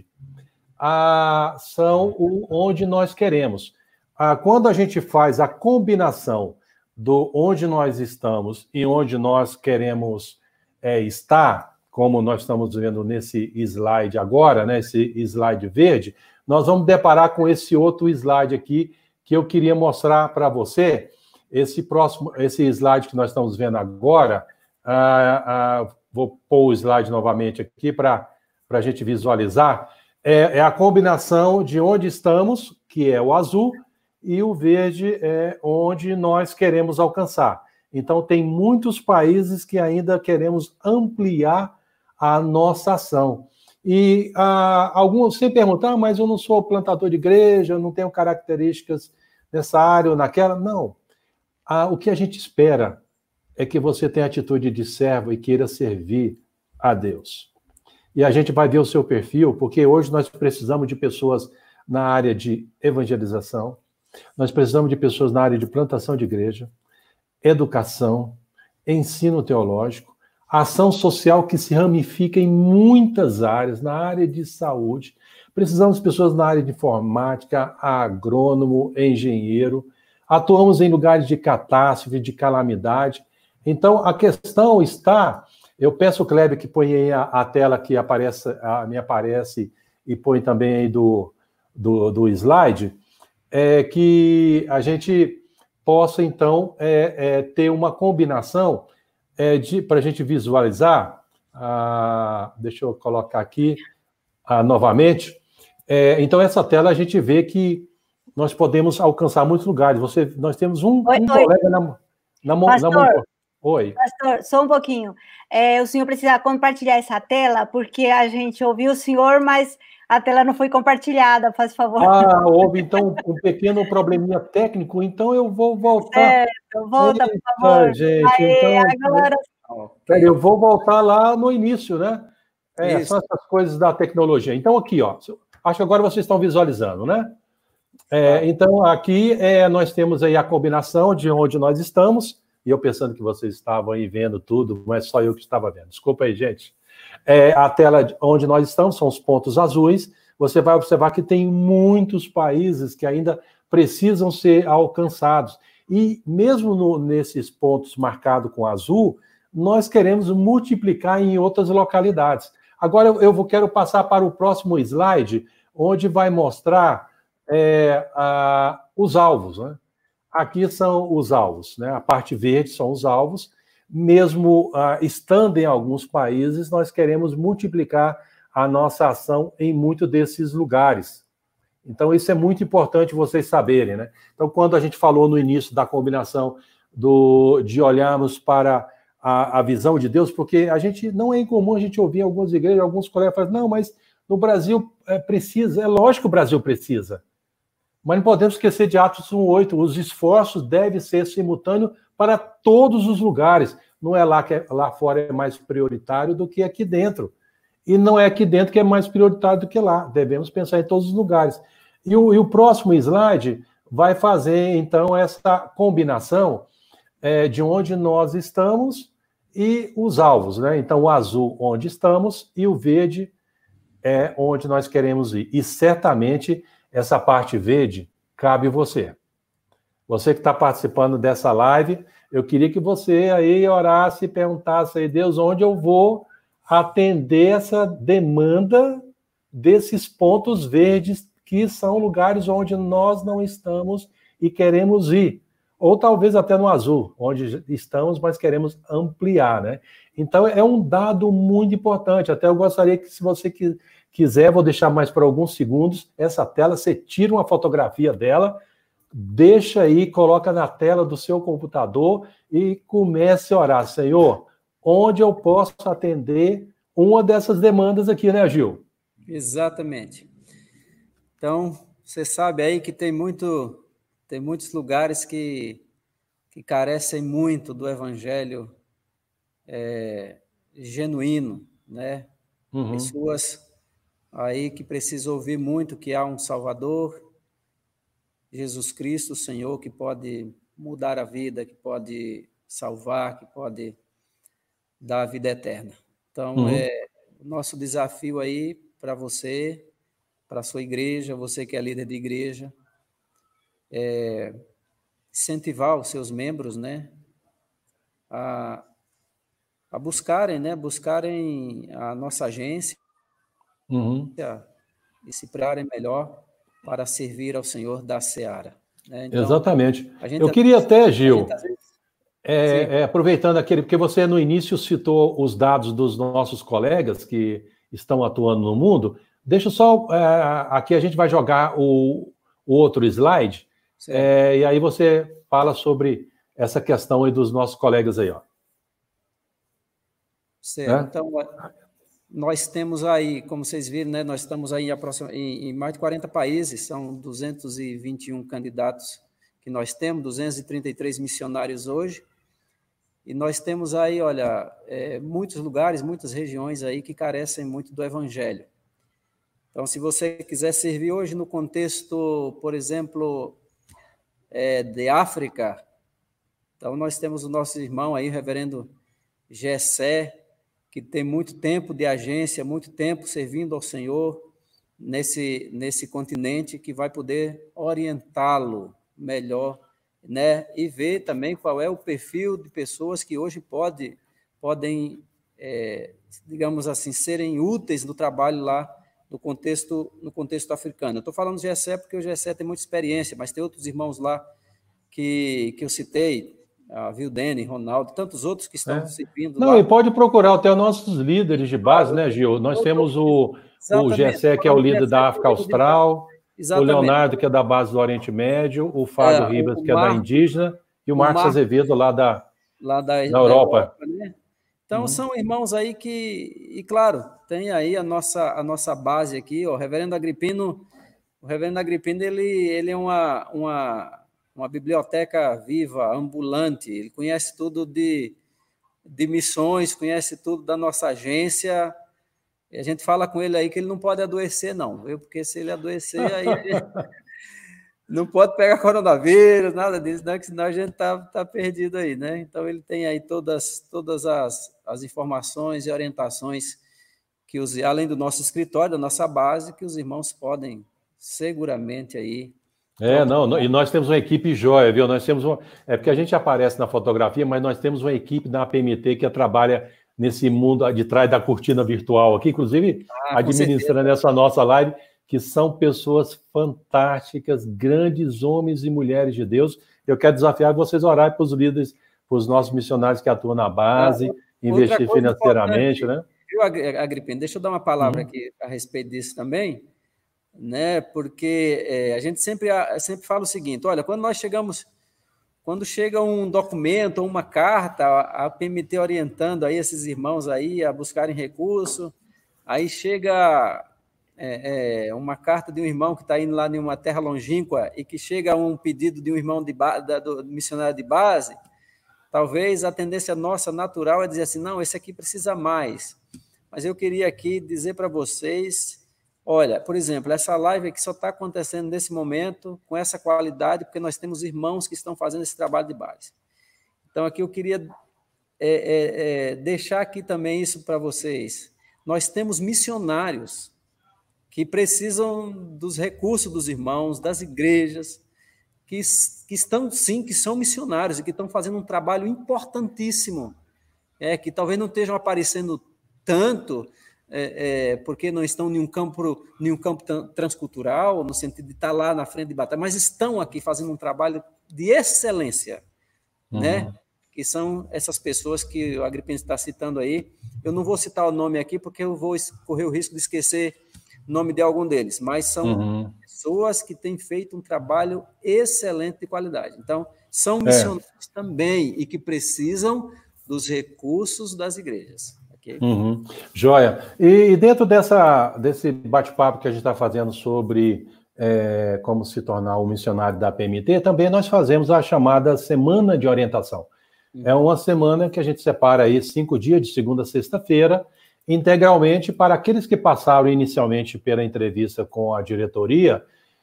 são onde nós queremos. Quando a gente faz a combinação do onde nós estamos e onde nós queremos estar, como nós estamos vendo nesse slide agora, né, esse slide verde, nós vamos deparar com esse outro slide aqui que eu queria mostrar para você. Esse slide que nós estamos vendo agora, vou pôr o slide novamente aqui para a gente visualizar, é a combinação de onde estamos, que é o azul, e o verde é onde nós queremos alcançar. Então, tem muitos países que ainda queremos ampliar a nossa ação. E alguns sempre perguntam, mas eu não sou plantador de igreja, eu não tenho características nessa área ou naquela. Não. O que a gente espera é que você tenha atitude de servo e queira servir a Deus. E a gente vai ver o seu perfil, porque hoje nós precisamos de pessoas na área de evangelização, nós precisamos de pessoas na área de plantação de igreja, educação, ensino teológico, ação social que se ramifica em muitas áreas, na área de saúde. Precisamos de pessoas na área de informática, agrônomo, engenheiro. Atuamos em lugares de catástrofe, de calamidade. Então, a questão está... Eu peço o Kleber que põe aí a tela que me aparece e põe também aí do slide, que a gente possa, então, ter uma combinação para a gente visualizar. Deixa eu colocar aqui novamente. Então, essa tela a gente vê que nós podemos alcançar muitos lugares. Nós temos um colega na Pastor, Oi. Pastor, só um pouquinho. O senhor precisa compartilhar essa tela, porque a gente ouviu o senhor, mas a tela não foi compartilhada, faz favor. Houve, então, um pequeno probleminha técnico, então eu vou voltar. Certo, volta, por favor. Gente, então... Agora... Eu vou voltar lá no início, né? São essas coisas da tecnologia. Então, aqui, ó, acho que agora vocês estão visualizando, né? Então, aqui nós temos aí a combinação de onde nós estamos, e eu pensando que vocês estavam aí vendo tudo, mas só eu que estava vendo. Desculpa aí, gente. A tela onde nós estamos são os pontos azuis. Você vai observar que tem muitos países que ainda precisam ser alcançados. E mesmo nesses pontos marcados com azul, nós queremos multiplicar em outras localidades. Agora eu quero passar para o próximo slide, onde vai mostrar os alvos, né? Aqui são os alvos, né? A parte verde são os alvos. Mesmo estando em alguns países, nós queremos multiplicar a nossa ação em muitos desses lugares. Então, isso é muito importante vocês saberem, né? Então, quando a gente falou no início da combinação de olharmos para a visão de Deus, porque a gente não é incomum a gente ouvir em algumas igrejas, alguns colegas falam, não, mas no Brasil precisa, é lógico que o Brasil precisa, mas não podemos esquecer de Atos 1:8, os esforços devem ser simultâneos para todos os lugares. Não é lá fora é mais prioritário do que aqui dentro. E não é aqui dentro que é mais prioritário do que lá. Devemos pensar em todos os lugares. E o próximo slide vai fazer, então, essa combinação de onde nós estamos e os alvos, né? Então, o azul onde estamos e o verde é onde nós queremos ir. E certamente essa parte verde cabe você. Você que está participando dessa live, eu queria que você aí orasse e perguntasse aí, Deus, onde eu vou atender essa demanda desses pontos verdes que são lugares onde nós não estamos e queremos ir. Ou talvez até no azul, onde estamos, mas queremos ampliar, né? Então, é um dado muito importante. Até eu gostaria que, se você quiser, vou deixar mais por alguns segundos, essa tela, você tira uma fotografia dela, deixa aí, coloca na tela do seu computador e comece a orar. Senhor, onde eu posso atender uma dessas demandas aqui, né, Gil? Exatamente. Então, você sabe aí que tem muitos lugares que carecem muito do evangelho genuíno, né? Uhum. Pessoas aí que precisam ouvir muito que há um Salvador, Jesus Cristo, o Senhor, que pode mudar a vida, que pode salvar, que pode dar a vida eterna. Então, o nosso desafio aí para você, para a sua igreja, você que é líder de igreja, incentivar os seus membros, né, a buscarem, né, a nossa agência e se prepararem melhor para servir ao Senhor da Seara. Né? Então, exatamente. Eu queria até, Gil, aproveitando porque você no início citou os dados dos nossos colegas que estão atuando no mundo, deixa só, aqui a gente vai jogar o outro slide, e aí você fala sobre essa questão aí dos nossos colegas aí, ó. Certo. Então, nós temos aí, como vocês viram, né, nós estamos aí em mais de 40 países, são 221 candidatos que nós temos, 233 missionários hoje, e nós temos aí, olha, muitos lugares, muitas regiões aí que carecem muito do evangelho. Então, se você quiser servir hoje no contexto, por exemplo, de África, então nós temos o nosso irmão aí, o reverendo Gessé, que tem muito tempo de agência, muito tempo servindo ao Senhor nesse continente, que vai poder orientá-lo melhor né? E ver também qual é o perfil de pessoas que hoje podem, digamos assim, serem úteis no trabalho lá no contexto africano. Eu estou falando do GSE porque o GSE tem muita experiência, mas tem outros irmãos lá que eu citei, a Vildene, Ronaldo, tantos outros que estão servindo Não, lá. e pode procurar até os nossos líderes de base, né, Gil? Nós temos o GSE, que é o líder da África Austral, o Leonardo, que é da base do Oriente Médio, o Fábio Ribas, que é da Indígena, e o Marcos Azevedo, lá da Europa. Né? Então, são irmãos aí e claro, tem aí a nossa base aqui, ó, o Reverendo Agripino, ele é uma biblioteca viva, ambulante, ele conhece tudo de missões, conhece tudo da nossa agência, e a gente fala com ele aí que ele não pode adoecer não, viu? Porque se ele adoecer, aí ele não pode pegar coronavírus, nada disso, não, que senão a gente tá perdido aí, né? Então ele tem aí todas as informações e orientações que além do nosso escritório, da nossa base, que os irmãos podem seguramente aí. E nós temos uma equipe joia, viu? Nós temos porque a gente aparece na fotografia, mas nós temos uma equipe da APMT que trabalha nesse mundo de trás da cortina virtual aqui, inclusive administrando essa nossa live, que são pessoas fantásticas, grandes homens e mulheres de Deus. Eu quero desafiar vocês a orar para os líderes, para os nossos missionários que atuam na base, investir financeiramente, né? Viu, Agripino? Deixa eu dar uma palavra aqui a respeito disso também, né? Porque a gente sempre fala o seguinte: olha, quando chega um documento ou uma carta, a PMT orientando aí esses irmãos aí a buscarem recurso, aí chega uma carta de um irmão que está indo lá em uma terra longínqua e que chega um pedido de um irmão do missionário de base, talvez a tendência nossa natural é dizer assim, não, esse aqui precisa mais. Mas eu queria aqui dizer para vocês, olha, por exemplo, essa live aqui só está acontecendo nesse momento, com essa qualidade, porque nós temos irmãos que estão fazendo esse trabalho de base. Então, aqui eu queria deixar aqui também isso para vocês. Nós temos missionários que precisam dos recursos dos irmãos, das igrejas, que estão, sim, que são missionários e que estão fazendo um trabalho importantíssimo, que talvez não estejam aparecendo tanto, porque não estão em um campo transcultural, no sentido de estar lá na frente de batalha, mas estão aqui fazendo um trabalho de excelência, né? Que são essas pessoas que o Agripino está citando aí. Eu não vou citar o nome aqui, porque eu vou correr o risco de esquecer o nome de algum deles, mas são pessoas que têm feito um trabalho excelente de qualidade. Então, são missionários também e que precisam dos recursos das igrejas. Okay? Joia. E dentro desse bate-papo que a gente está fazendo sobre como se tornar um missionário da PMT, também nós fazemos a chamada Semana de Orientação. É uma semana que a gente separa aí 5 dias, de segunda a sexta-feira, integralmente para aqueles que passaram inicialmente pela entrevista com a diretoria.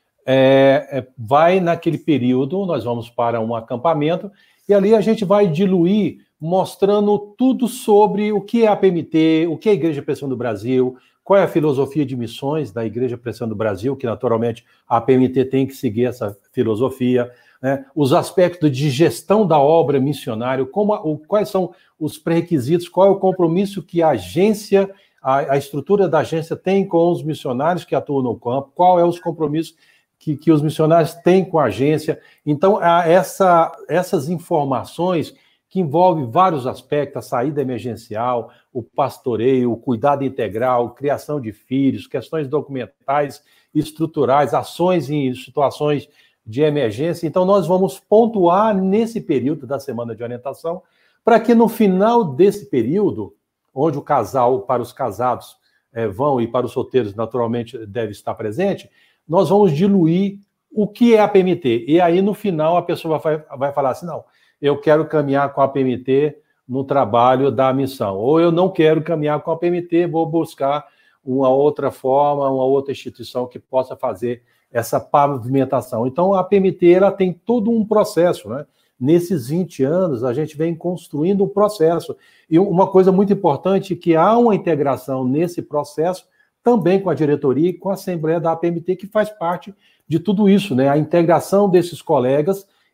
Vai naquele período, nós vamos para um acampamento, e ali a gente vai diluir, mostrando tudo sobre o que é a PMT, o que é a Igreja Pressão do Brasil, qual é a filosofia de missões da Igreja Pressão do Brasil, que naturalmente a PMT tem que seguir essa filosofia, né? Os aspectos de gestão da obra missionária, quais são os pré-requisitos, qual é o compromisso que a agência, a estrutura da agência tem com os missionários que atuam no campo, qual é os compromissos que os missionários têm com a agência. Então, essas informações que envolvem vários aspectos, a saída emergencial, o pastoreio, o cuidado integral, criação de filhos, questões documentais, estruturais, ações em situações de emergência. Então, nós vamos pontuar nesse período da semana de orientação, para que no final desse período, onde para os casados vão e para os solteiros, naturalmente, deve estar presente, nós vamos diluir o que é a PMT. E aí, no final, a pessoa vai falar assim, não, eu quero caminhar com a PMT no trabalho da missão. Ou eu não quero caminhar com a PMT, vou buscar uma outra forma, uma outra instituição que possa fazer essa pavimentação. Então, a PMT ela tem todo um processo, né? Nesses 20 anos, a gente vem construindo um processo. E uma coisa muito importante é que há uma integração nesse processo também com a diretoria e com a Assembleia da APMT, que faz parte de tudo isso, né? A integração desses colegas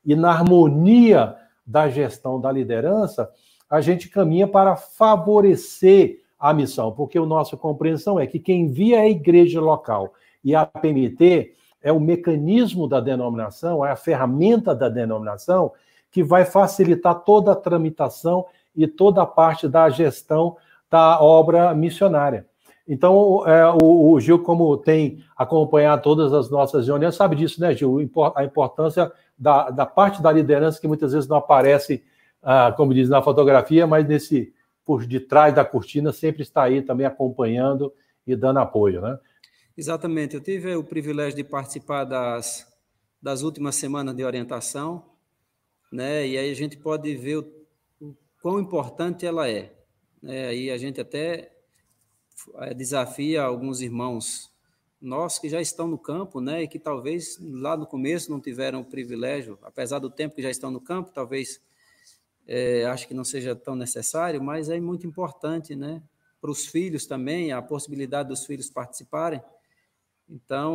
e na harmonia da gestão da liderança, a gente caminha para favorecer a missão, porque a nossa compreensão é que quem envia é a igreja local e a PMT é o mecanismo da denominação, é a ferramenta da denominação que vai facilitar toda a tramitação e toda a parte da gestão da obra missionária. Então, o Gil, como tem acompanhado todas as nossas reuniões, sabe disso, né, Gil? A importância da parte da liderança que muitas vezes não aparece, como diz na fotografia, mas por detrás da cortina sempre está aí também acompanhando e dando apoio, né? Exatamente. Eu tive o privilégio de participar das últimas semanas de orientação, né? E aí a gente pode ver o quão importante ela é. E a gente até desafia alguns irmãos nossos que já estão no campo, né? E que talvez lá no começo não tiveram o privilégio, apesar do tempo que já estão no campo, talvez acho que não seja tão necessário, mas é muito importante, né? Para os filhos também, a possibilidade dos filhos participarem. Então,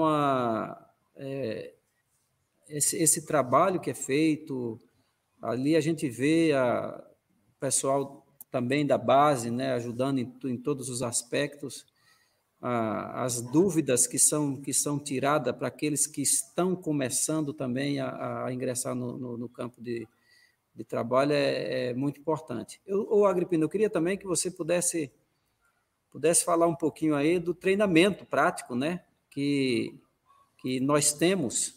esse trabalho que é feito, ali a gente vê o pessoal também da base, né, ajudando em todos os aspectos, as dúvidas que são tiradas para aqueles que estão começando também a ingressar no campo de trabalho é muito importante. Agripino, eu queria também que você pudesse falar um pouquinho aí do treinamento prático, né, que nós temos.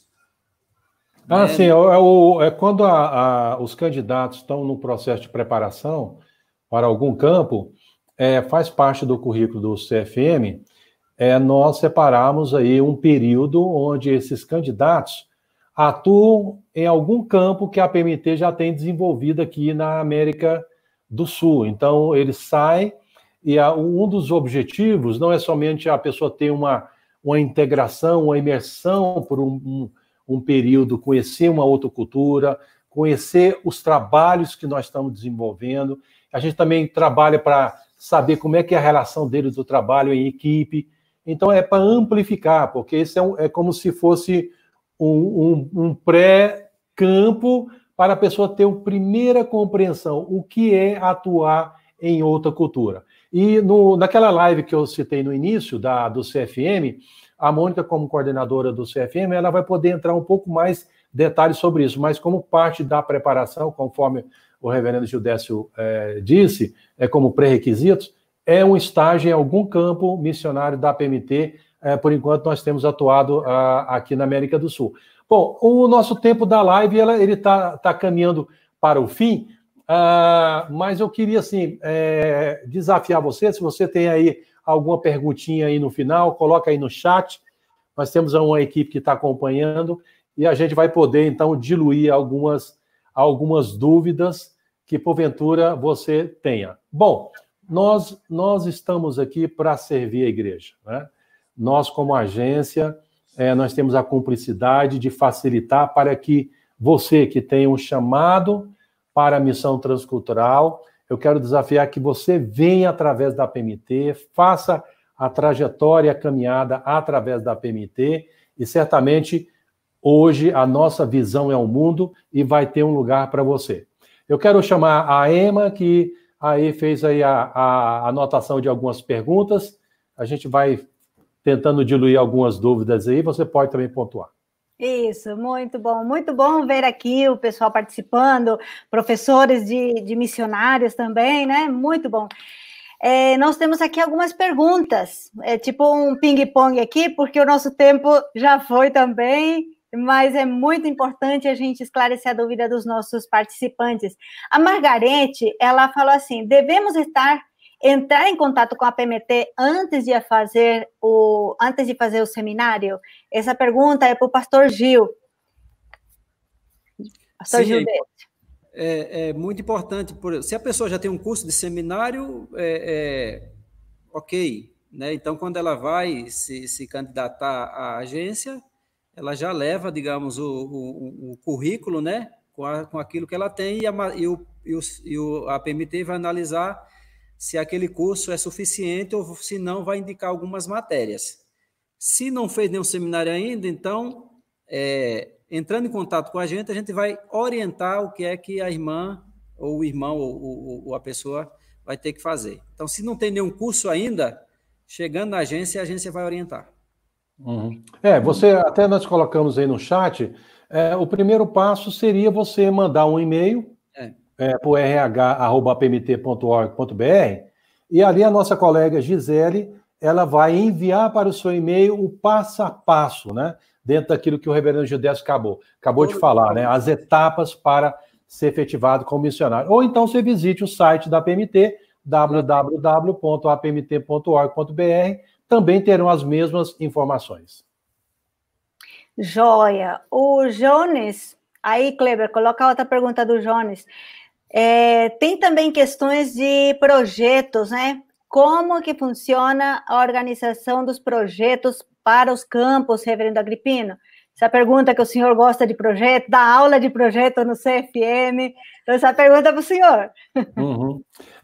Sim, quando os candidatos estão no processo de preparação para algum campo, faz parte do currículo do CFM, nós separamos aí um período onde esses candidatos atuam em algum campo que a PMT já tem desenvolvido aqui na América do Sul. Então, eles saem e um dos objetivos não é somente a pessoa ter uma integração, uma imersão por um período, conhecer uma outra cultura, conhecer os trabalhos que nós estamos desenvolvendo. A gente também trabalha para saber como é que é a relação dele do trabalho em equipe. Então, é para amplificar, porque esse é como se fosse um pré-campo para a pessoa ter uma primeira compreensão, o que é atuar em outra cultura. E naquela live que eu citei no início do CFM, a Mônica, como coordenadora do CFM, ela vai poder entrar um pouco mais detalhes sobre isso, mas como parte da preparação, conforme o reverendo Gildécio disse, como pré-requisitos, é um estágio em algum campo missionário da PMT. Por enquanto, nós temos atuado aqui na América do Sul. Bom, o nosso tempo da live, ele está caminhando para o fim, mas eu queria, assim, desafiar você, se você tem aí alguma perguntinha aí no final, coloca aí no chat. Nós temos uma equipe que está acompanhando e a gente vai poder, então, diluir algumas dúvidas que, porventura, você tenha. Bom, nós estamos aqui para servir a igreja, né? Nós, como agência, nós temos a cumplicidade de facilitar para que você que tem um chamado para a missão transcultural, eu quero desafiar que você venha através da PMT, faça a trajetória, a caminhada através da PMT, e certamente hoje a nossa visão é o mundo e vai ter um lugar para você. Eu quero chamar a Emma, que aí fez aí a anotação de algumas perguntas. A gente vai tentando diluir algumas dúvidas aí, você pode também pontuar. Isso, muito bom ver aqui o pessoal participando, professores de missionários também, né? Muito bom. Nós temos aqui algumas perguntas, tipo um ping-pong aqui, porque o nosso tempo já foi também, mas é muito importante a gente esclarecer a dúvida dos nossos participantes. A Margarete, ela falou assim, devemos entrar em contato com a PMT antes de fazer o seminário? Essa pergunta é para o pastor Gil. Pastor Gil. É muito importante. Se a pessoa já tem um curso de seminário, ok, né? Então, quando ela vai se candidatar à agência, ela já leva, digamos, o currículo, né? Com aquilo que ela tem, e a PMT vai analisar se aquele curso é suficiente ou se não vai indicar algumas matérias. Se não fez nenhum seminário ainda, então entrando em contato com a gente vai orientar o que é que a irmã, ou o irmão, ou a pessoa vai ter que fazer. Então, se não tem nenhum curso ainda, chegando na agência, a agência vai orientar. Uhum. Até nós colocamos aí no chat, o primeiro passo seria você mandar um e-mail para o rh@apmt.org.br, e ali a nossa colega Gisele, ela vai enviar para o seu e-mail o passo a passo, né? Dentro daquilo que o reverendo Gildécio acabou de falar, né? As etapas para ser efetivado como missionário. Ou então você visite o site da APMT, www.apmt.org.br, também terão as mesmas informações. Joia. O Jones, aí, Kleber, coloca outra pergunta do Jones. Tem também questões de projetos, né? Como que funciona a organização dos projetos para os campos, reverendo Agripino? Essa pergunta que o senhor gosta de projeto, dá aula de projeto no CFM, então essa pergunta é para o senhor. Uhum.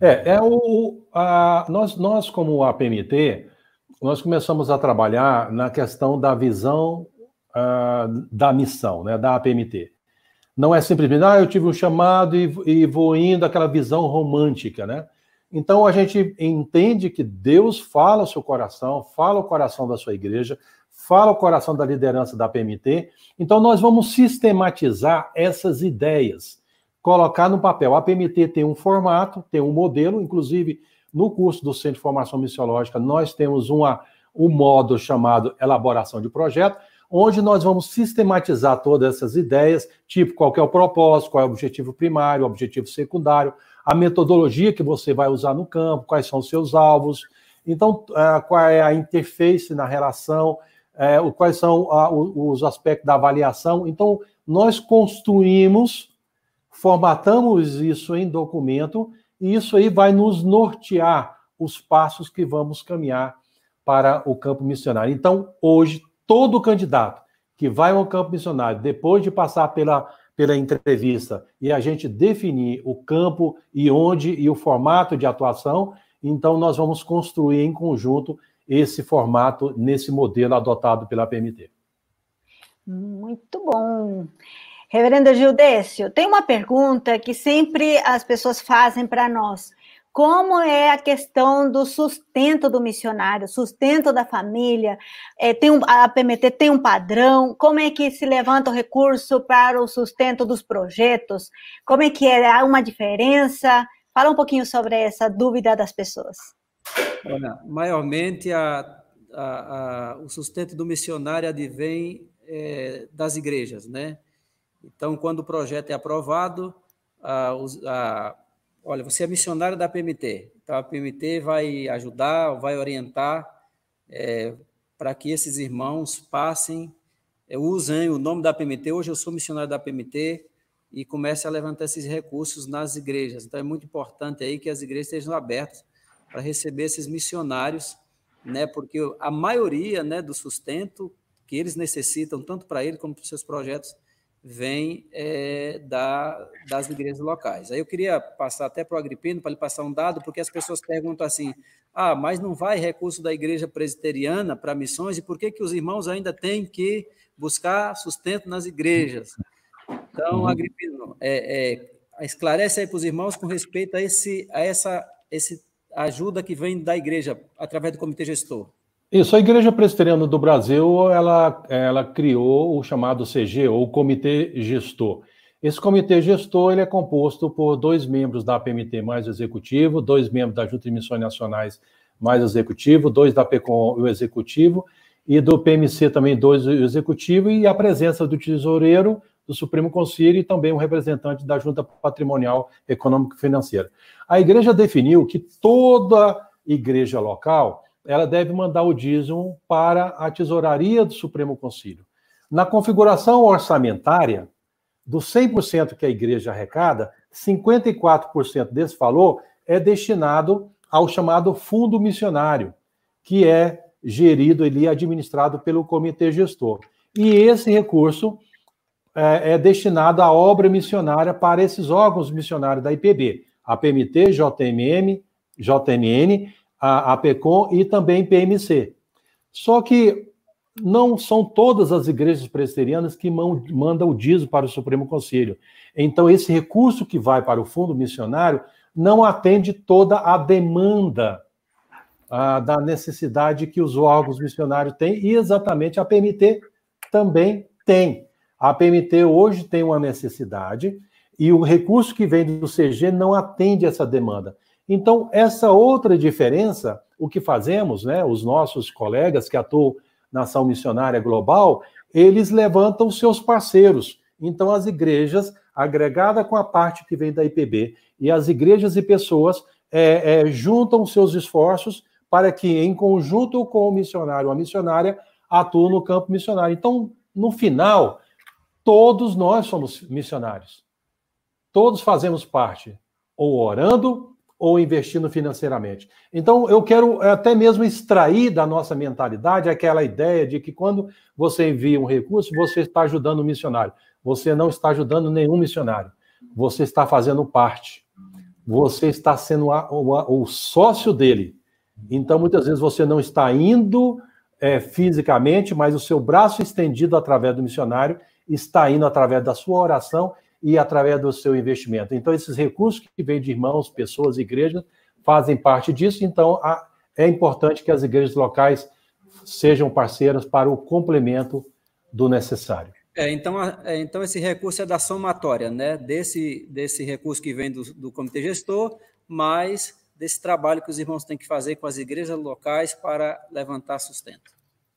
Nós, como APMT, nós começamos a trabalhar na questão da visão da missão, né, da APMT. Não é simplesmente, eu tive um chamado e vou indo, aquela visão romântica, né? Então, a gente entende que Deus fala o seu coração, fala o coração da sua igreja, fala o coração da liderança da APMT. Então, nós vamos sistematizar essas ideias, colocar no papel. A APMT tem um formato, tem um modelo, inclusive, no curso do Centro de Formação Missiológica, nós temos um módulo chamado Elaboração de Projeto, onde nós vamos sistematizar todas essas ideias, tipo qual que é o propósito, qual é o objetivo primário, o objetivo secundário, a metodologia que você vai usar no campo, quais são os seus alvos, então qual é a interface na relação, quais são os aspectos da avaliação. Então, nós construímos, formatamos isso em documento, e isso aí vai nos nortear os passos que vamos caminhar para o campo missionário. Então, hoje, todo candidato que vai ao campo missionário, depois de passar pela entrevista e a gente definir o campo e onde e o formato de atuação, então nós vamos construir em conjunto esse formato nesse modelo adotado pela APMT. Muito bom. Reverendo Gildécio, tem uma pergunta que sempre as pessoas fazem para nós. Como é a questão do sustento do missionário, sustento da família? A APMT tem um padrão? Como é que se levanta o recurso para o sustento dos projetos? Como é que há uma diferença? Fala um pouquinho sobre essa dúvida das pessoas. Olha, maiormente o sustento do missionário advém das igrejas, né? Então, quando o projeto é aprovado, olha, você é missionário da APMT, então a APMT vai ajudar, vai orientar para que esses irmãos passem, usem o nome da APMT. Hoje eu sou missionário da APMT e comece a levantar esses recursos nas igrejas. Então é muito importante aí que as igrejas estejam abertas para receber esses missionários, né, porque a maioria, né, do sustento que eles necessitam, tanto para ele como para os seus projetos, vem das igrejas locais. Aí eu queria passar até para o Agripino, para ele passar um dado, porque as pessoas perguntam assim, mas não vai recurso da igreja presbiteriana para missões, e por que os irmãos ainda têm que buscar sustento nas igrejas? Então, Agripino, esclarece aí para os irmãos com respeito a essa ajuda que vem da igreja, através do comitê gestor. Isso, a Igreja Presbiteriana do Brasil, ela criou o chamado CG, ou Comitê Gestor. Esse Comitê Gestor, ele é composto por 2 membros da APMT mais o executivo, 2 membros da Junta de Missões Nacionais mais o executivo, 2 da PECOM o executivo, e do PMC também 2 o executivo, e a presença do tesoureiro do Supremo Conselho e também um representante da Junta Patrimonial Econômica e Financeira. A Igreja definiu que toda igreja local ela deve mandar o dízimo para a tesouraria do Supremo Conselho. Na configuração orçamentária, dos 100% que a igreja arrecada, 54% desse valor é destinado ao chamado fundo missionário, que é gerido e administrado pelo comitê gestor. E esse recurso é destinado à obra missionária para esses órgãos missionários da IPB, a PMT, JMN, a PECOM e também PMC. Só que não são todas as igrejas presbiterianas que mandam o dízimo para o Supremo Conselho. Então, esse recurso que vai para o fundo missionário não atende toda a demanda da necessidade que os órgãos missionários têm, e exatamente a PMT também tem. A PMT hoje tem uma necessidade, e o recurso que vem do CG não atende essa demanda. Então, essa outra diferença, o que fazemos, né, os nossos colegas que atuam na ação missionária global, eles levantam seus parceiros. Então, as igrejas, agregada com a parte que vem da IPB, e as igrejas e pessoas juntam seus esforços para que, em conjunto com o missionário ou a missionária, atuem no campo missionário. Então, no final, todos nós somos missionários. Todos fazemos parte, ou orando, ou investindo financeiramente. Então, eu quero até mesmo extrair da nossa mentalidade aquela ideia de que quando você envia um recurso, você está ajudando o missionário. Você não está ajudando nenhum missionário. Você está fazendo parte. Você está sendo o sócio dele. Então, muitas vezes, você não está indo fisicamente, mas o seu braço estendido através do missionário está indo através da sua oração e através do seu investimento. Então, esses recursos que vêm de irmãos, pessoas, igrejas, fazem parte disso. Então, é importante que as igrejas locais sejam parceiras para o complemento do necessário. Então, esse recurso é da somatória, né? Desse recurso que vem do comitê gestor, mas desse trabalho que os irmãos têm que fazer com as igrejas locais para levantar sustento.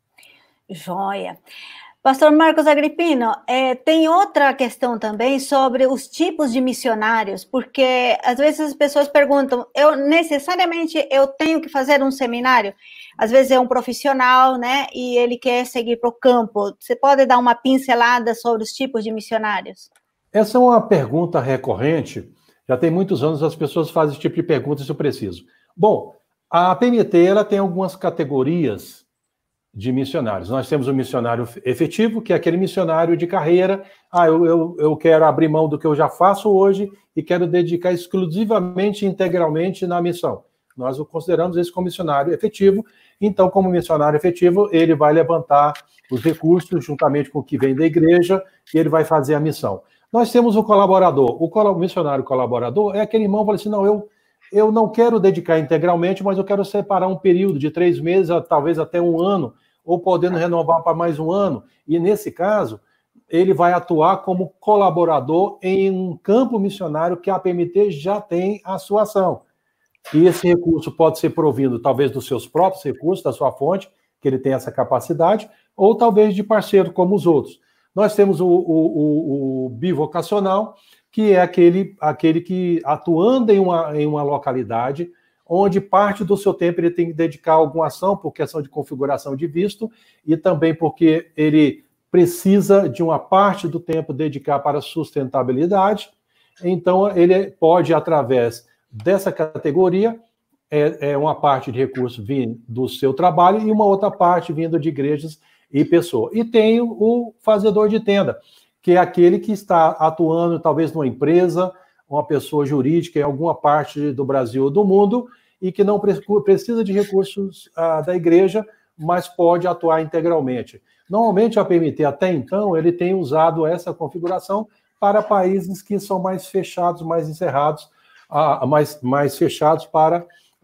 Joia. Pastor Marcos Agrippino, tem outra questão também sobre os tipos de missionários, porque às vezes as pessoas perguntam, necessariamente eu tenho que fazer um seminário? Às vezes é um profissional, né, e ele quer seguir para o campo. Você pode dar uma pincelada sobre os tipos de missionários? Essa é uma pergunta recorrente. Já tem muitos anos as pessoas fazem esse tipo de pergunta, se eu preciso. Bom, a PMT ela tem algumas categorias de missionários. Nós temos o missionário efetivo, que é aquele missionário de carreira. Eu quero abrir mão do que eu já faço hoje e quero dedicar exclusivamente, integralmente na missão. Nós o consideramos esse como missionário efetivo. Então, como missionário efetivo, ele vai levantar os recursos juntamente com o que vem da igreja e ele vai fazer a missão. Nós temos o colaborador. O missionário colaborador é aquele irmão que fala assim, não, eu não quero dedicar integralmente, mas eu quero separar um período de 3 meses, talvez até 1 ano, ou podendo renovar para mais 1 ano. E, nesse caso, ele vai atuar como colaborador em um campo missionário que a PMT já tem a sua ação. E esse recurso pode ser provindo, talvez, dos seus próprios recursos, da sua fonte, que ele tem essa capacidade, ou talvez de parceiro, como os outros. Nós temos o bivocacional, que é aquele que, atuando em uma localidade, onde parte do seu tempo ele tem que dedicar a alguma ação, por questão de configuração de visto, e também porque ele precisa de uma parte do tempo dedicar para sustentabilidade. Então, ele pode, através dessa categoria, uma parte de recurso vindo do seu trabalho e uma outra parte vindo de igrejas e pessoas. E tem o fazedor de tenda, que é aquele que está atuando talvez numa empresa, uma pessoa jurídica em alguma parte do Brasil ou do mundo, e que não precisa de recursos da igreja, mas pode atuar integralmente. Normalmente a PMT, até então, ele tem usado essa configuração para países que são mais fechados, mais encerrados, mais fechados para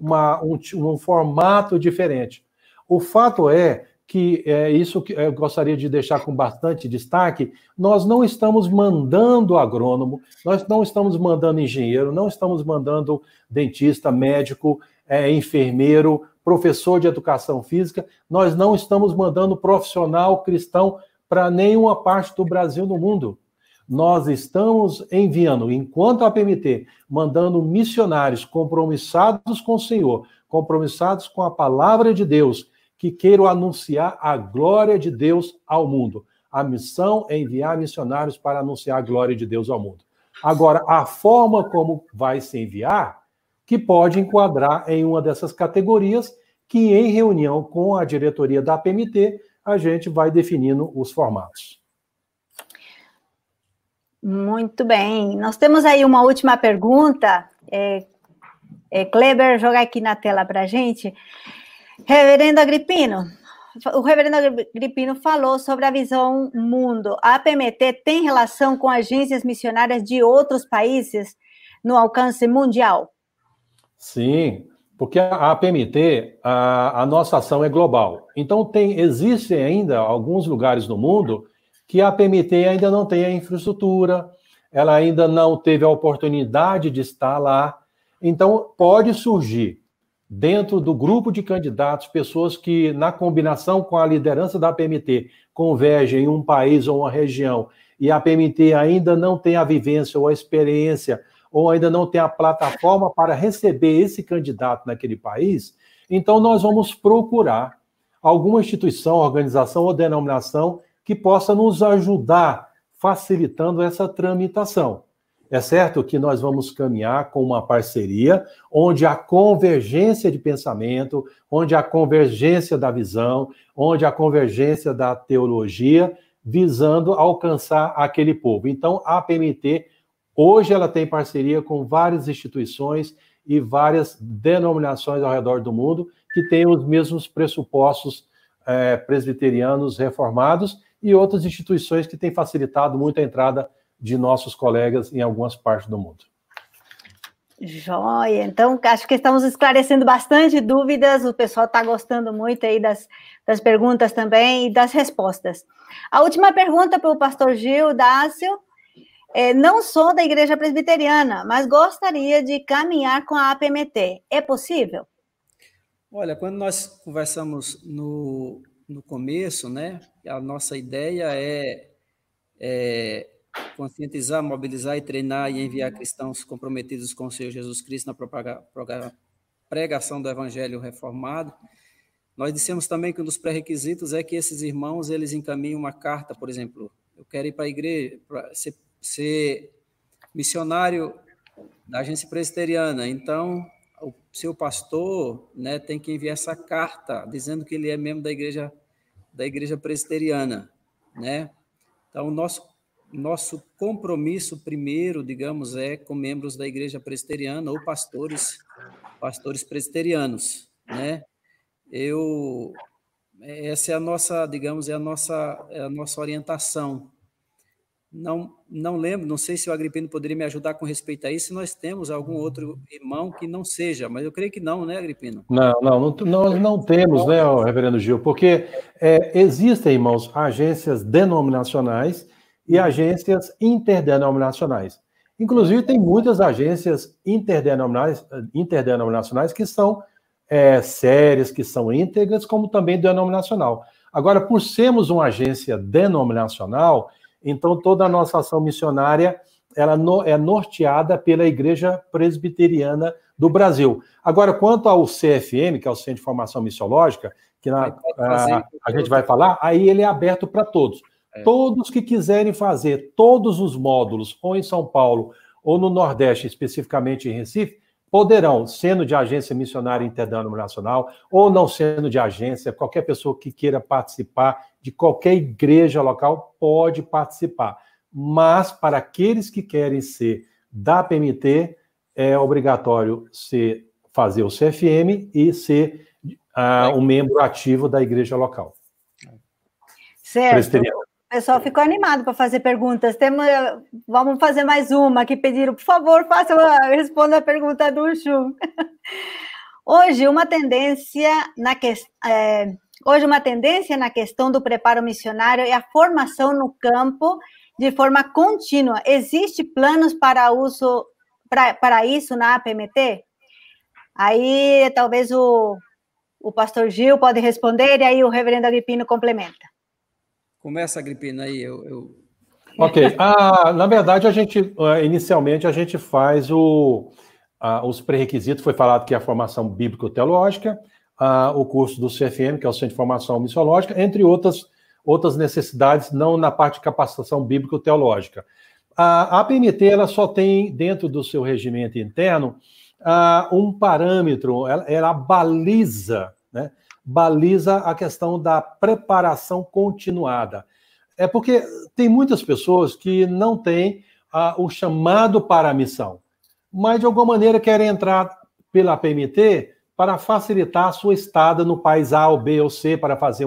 um formato diferente. O fato é que isso que eu gostaria de deixar com bastante destaque, nós não estamos mandando agrônomo, nós não estamos mandando engenheiro, não estamos mandando dentista, médico, enfermeiro, professor de educação física, nós não estamos mandando profissional cristão para nenhuma parte do Brasil no mundo. Nós estamos enviando, enquanto a PMT, mandando missionários compromissados com o Senhor, compromissados com a palavra de Deus, que queiram anunciar a glória de Deus ao mundo. A missão é enviar missionários para anunciar a glória de Deus ao mundo. Agora, a forma como vai se enviar, que pode enquadrar em uma dessas categorias, que em reunião com a diretoria da PMT, a gente vai definindo os formatos. Muito bem. Nós temos aí uma última pergunta. Kleber, joga aqui na tela para a gente. Reverendo Agrippino, o reverendo Agripino falou sobre a visão mundo. A APMT tem relação com agências missionárias de outros países no alcance mundial? Sim, porque a APMT, a nossa ação é global. Então, existem ainda alguns lugares no mundo que a APMT ainda não tem a infraestrutura, ela ainda não teve a oportunidade de estar lá. Então, pode surgir, dentro do grupo de candidatos, pessoas que, na combinação com a liderança da APMT, convergem em um país ou uma região, e a APMT ainda não tem a vivência ou a experiência, ou ainda não tem a plataforma para receber esse candidato naquele país, então nós vamos procurar alguma instituição, organização ou denominação que possa nos ajudar facilitando essa tramitação. É certo que nós vamos caminhar com uma parceria onde a convergência de pensamento, onde a convergência da visão, onde a convergência da teologia, visando alcançar aquele povo. Então, a APMT, hoje, ela tem parceria com várias instituições e várias denominações ao redor do mundo que têm os mesmos pressupostos presbiterianos reformados e outras instituições que têm facilitado muito a entrada de nossos colegas em algumas partes do mundo. Joia, então acho que estamos esclarecendo bastante dúvidas, o pessoal está gostando muito aí das perguntas também e das respostas. A última pergunta para o pastor Gil Dácio, não sou da igreja presbiteriana, mas gostaria de caminhar com a APMT, é possível? Olha, quando nós conversamos no começo, né, a nossa ideia é conscientizar, mobilizar e treinar e enviar cristãos comprometidos com o Senhor Jesus Cristo na pregação do Evangelho reformado. Nós dissemos também que um dos pré-requisitos é que esses irmãos, eles encaminhem uma carta, por exemplo, eu quero ir para a igreja, para ser missionário da agência presbiteriana, então o seu pastor, né, tem que enviar essa carta dizendo que ele é membro da igreja presbiteriana, né? Então, nosso compromisso primeiro, digamos, é com membros da igreja presbiteriana ou pastores presbiterianos, né? Essa é a nossa, digamos, é a nossa orientação. Não lembro, não sei se o Agripino poderia me ajudar com respeito a isso, se nós temos algum outro irmão que não seja, mas eu creio que não, né, Agripino? Nós não temos, né, reverendo Gil, porque existem, irmãos, agências denominacionais e agências interdenominacionais. Inclusive, tem muitas agências interdenominacionais que são sérias, que são íntegras, como também denominacional. Agora, por sermos uma agência denominacional, então toda a nossa ação missionária ela é norteada pela Igreja Presbiteriana do Brasil. Agora, quanto ao CFM, que é o Centro de Formação Missiológica, que a gente vai falar, aí ele é aberto para todos. Todos que quiserem fazer todos os módulos, ou em São Paulo, ou no Nordeste, especificamente em Recife, poderão, sendo de agência missionária interdenominacional, ou não sendo de agência, qualquer pessoa que queira participar de qualquer igreja local pode participar. Mas, para aqueles que querem ser da PMT, é obrigatório fazer o CFM e ser um membro ativo da igreja local. Certo. O pessoal ficou animado para fazer perguntas. Vamos fazer mais uma que pediram. Por favor, responda a pergunta do Chu. Hoje, uma tendência na questão do preparo missionário é a formação no campo de forma contínua. Existe planos para isso na APMT? Aí, talvez o pastor Gil pode responder e aí o reverendo Agripino complementa. Começa, Agripino, aí. Ok. Na verdade, inicialmente, a gente faz os pré-requisitos. Foi falado que é a formação bíblico-teológica, o curso do CFM, que é o Centro de Formação Missiológica, entre outras necessidades, não na parte de capacitação bíblico-teológica. A APMT ela só tem, dentro do seu regimento interno, um parâmetro, ela baliza, né? Baliza a questão da preparação continuada. É porque tem muitas pessoas que não têm o chamado para a missão, mas de alguma maneira querem entrar pela PMT para facilitar a sua estada no país A, ou B ou C, para fazer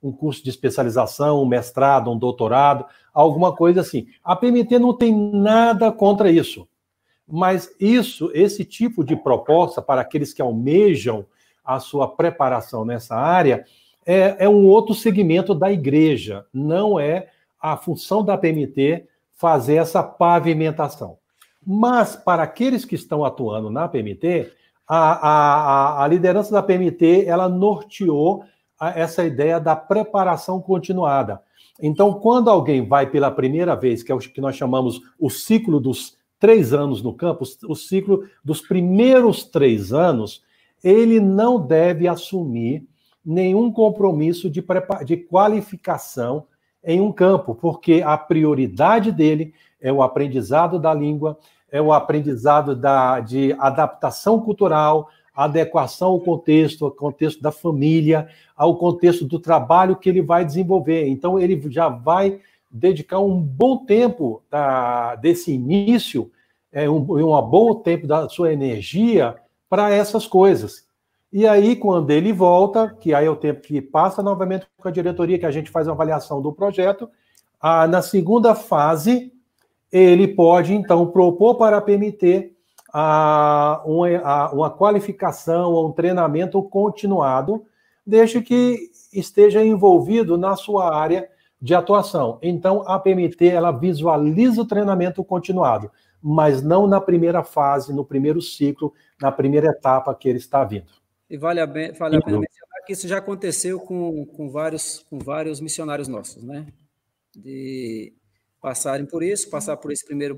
um curso de especialização, um mestrado, um doutorado, alguma coisa assim. A PMT não tem nada contra isso, mas esse tipo de proposta para aqueles que almejam a sua preparação nessa área é um outro segmento da igreja, não é a função da PMT fazer essa pavimentação. Mas, para aqueles que estão atuando na PMT, a liderança da PMT, ela norteou essa ideia da preparação continuada. Então, quando alguém vai pela primeira vez, que é o que nós chamamos o ciclo dos 3 anos no campus, o ciclo dos primeiros 3 anos, ele não deve assumir nenhum compromisso de qualificação em um campo, porque a prioridade dele é o aprendizado da língua, é o aprendizado de adaptação cultural, adequação ao contexto da família, ao contexto do trabalho que ele vai desenvolver. Então, ele já vai dedicar um bom tempo desse início, um bom tempo da sua energia para essas coisas. E aí, quando ele volta, que aí é o tempo que passa novamente com a diretoria, que a gente faz uma avaliação do projeto, na segunda fase, ele pode, então, propor para a PMT uma qualificação, um treinamento continuado, desde que esteja envolvido na sua área de atuação. Então, a PMT, ela visualiza o treinamento continuado, mas não na primeira fase, no primeiro ciclo, na primeira etapa que ele está vindo. E vale a pena mencionar que isso já aconteceu com vários missionários nossos, né? De passarem por isso, passar por esse primeiro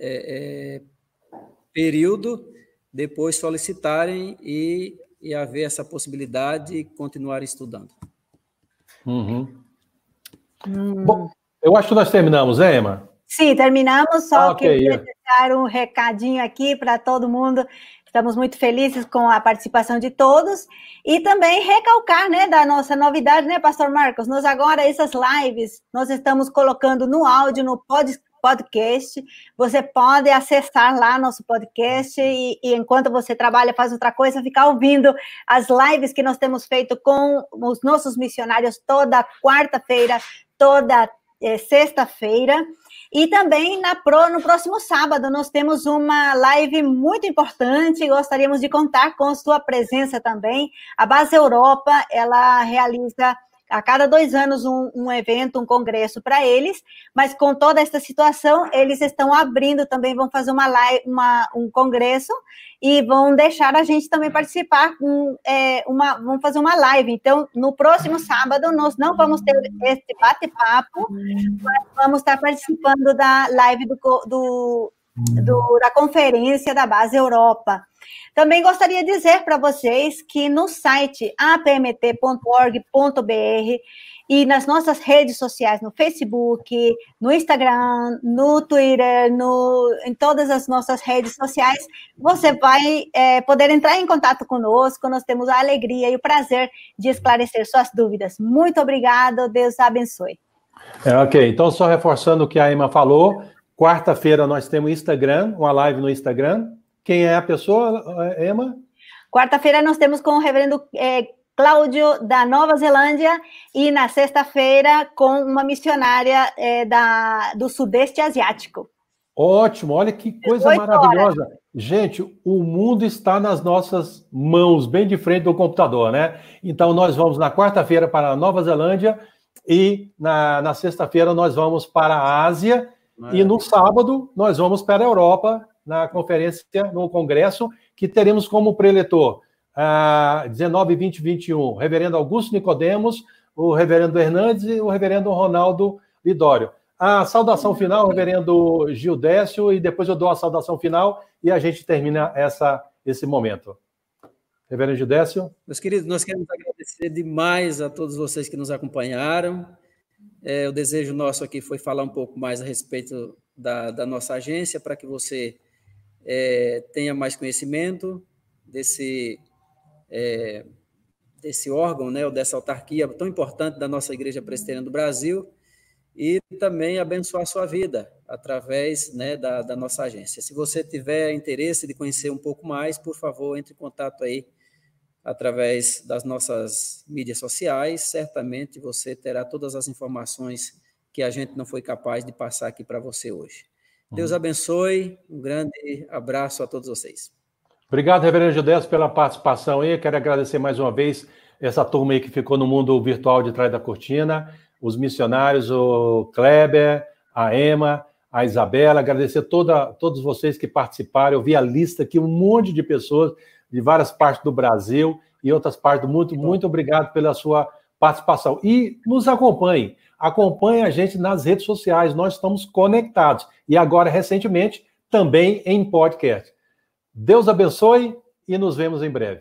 período, depois solicitarem e haver essa possibilidade de continuar estudando. Uhum. Bom, eu acho que nós terminamos, né, Emma? Sim, terminamos, só queria deixar um recadinho aqui para todo mundo. Estamos muito felizes com a participação de todos e também recalcar, né, da nossa novidade, né, Pastor Marcos? Nós agora, essas lives, nós estamos colocando no áudio, no podcast. Você pode acessar lá nosso podcast e enquanto você trabalha, faz outra coisa, ficar ouvindo as lives que nós temos feito com os nossos missionários toda quarta-feira, toda sexta-feira. E também no próximo sábado nós temos uma live muito importante, gostaríamos de contar com sua presença também. A Base Europa, ela realiza a cada 2 anos um evento, um congresso para eles, mas com toda essa situação, eles estão abrindo também, vão fazer um congresso e vão deixar a gente também participar, vão fazer uma live. Então, no próximo sábado, nós não vamos ter esse bate-papo, mas vamos estar participando da live da conferência da Base Europa. Também gostaria de dizer para vocês que no site apmt.org.br e nas nossas redes sociais, no Facebook, no Instagram, no Twitter, em todas as nossas redes sociais, você vai poder entrar em contato conosco. Nós temos a alegria e o prazer de esclarecer suas dúvidas. Muito obrigada, Deus abençoe. Ok, então só reforçando o que a Emma falou, quarta-feira nós temos Instagram, uma live no Instagram. Quem é a pessoa, Emma? Quarta-feira nós temos com o reverendo Cláudio, da Nova Zelândia, e na sexta-feira com uma missionária do Sudeste Asiático. Ótimo, olha que coisa maravilhosa. Gente, o mundo está nas nossas mãos, bem de frente do computador, né? Então, nós vamos na quarta-feira para a Nova Zelândia e na sexta-feira nós vamos para a Ásia e no sábado nós vamos para a Europa, na conferência, no congresso, que teremos como preletor 19, 20 e 21, o reverendo Augusto Nicodemos, o reverendo Hernandes e o reverendo Ronaldo Lidório. A saudação final, o reverendo Gil Décio, e depois eu dou a saudação final e a gente termina esse momento. Reverendo Gil Décio. Meus queridos, nós queremos agradecer demais a todos vocês que nos acompanharam. O desejo nosso aqui foi falar um pouco mais a respeito da nossa agência, para que você tenha mais conhecimento desse órgão, né, ou dessa autarquia tão importante da nossa Igreja Presbiteriana do Brasil, e também abençoar a sua vida através, né, da nossa agência. Se você tiver interesse de conhecer um pouco mais, por favor, entre em contato aí através das nossas mídias sociais, certamente você terá todas as informações que a gente não foi capaz de passar aqui para você hoje. Deus abençoe, um grande abraço a todos vocês. Obrigado, reverendo Gildes, pela participação aí. Quero agradecer mais uma vez essa turma aí que ficou no mundo virtual de trás da cortina, os missionários, o Kleber, a Emma, a Isabela, agradecer todos vocês que participaram. Eu vi a lista aqui, um monte de pessoas de várias partes do Brasil e outras partes do mundo. Muito obrigado pela sua participação. E nos acompanhe a gente nas redes sociais, nós estamos conectados. E agora, recentemente, também em podcast. Deus abençoe e nos vemos em breve.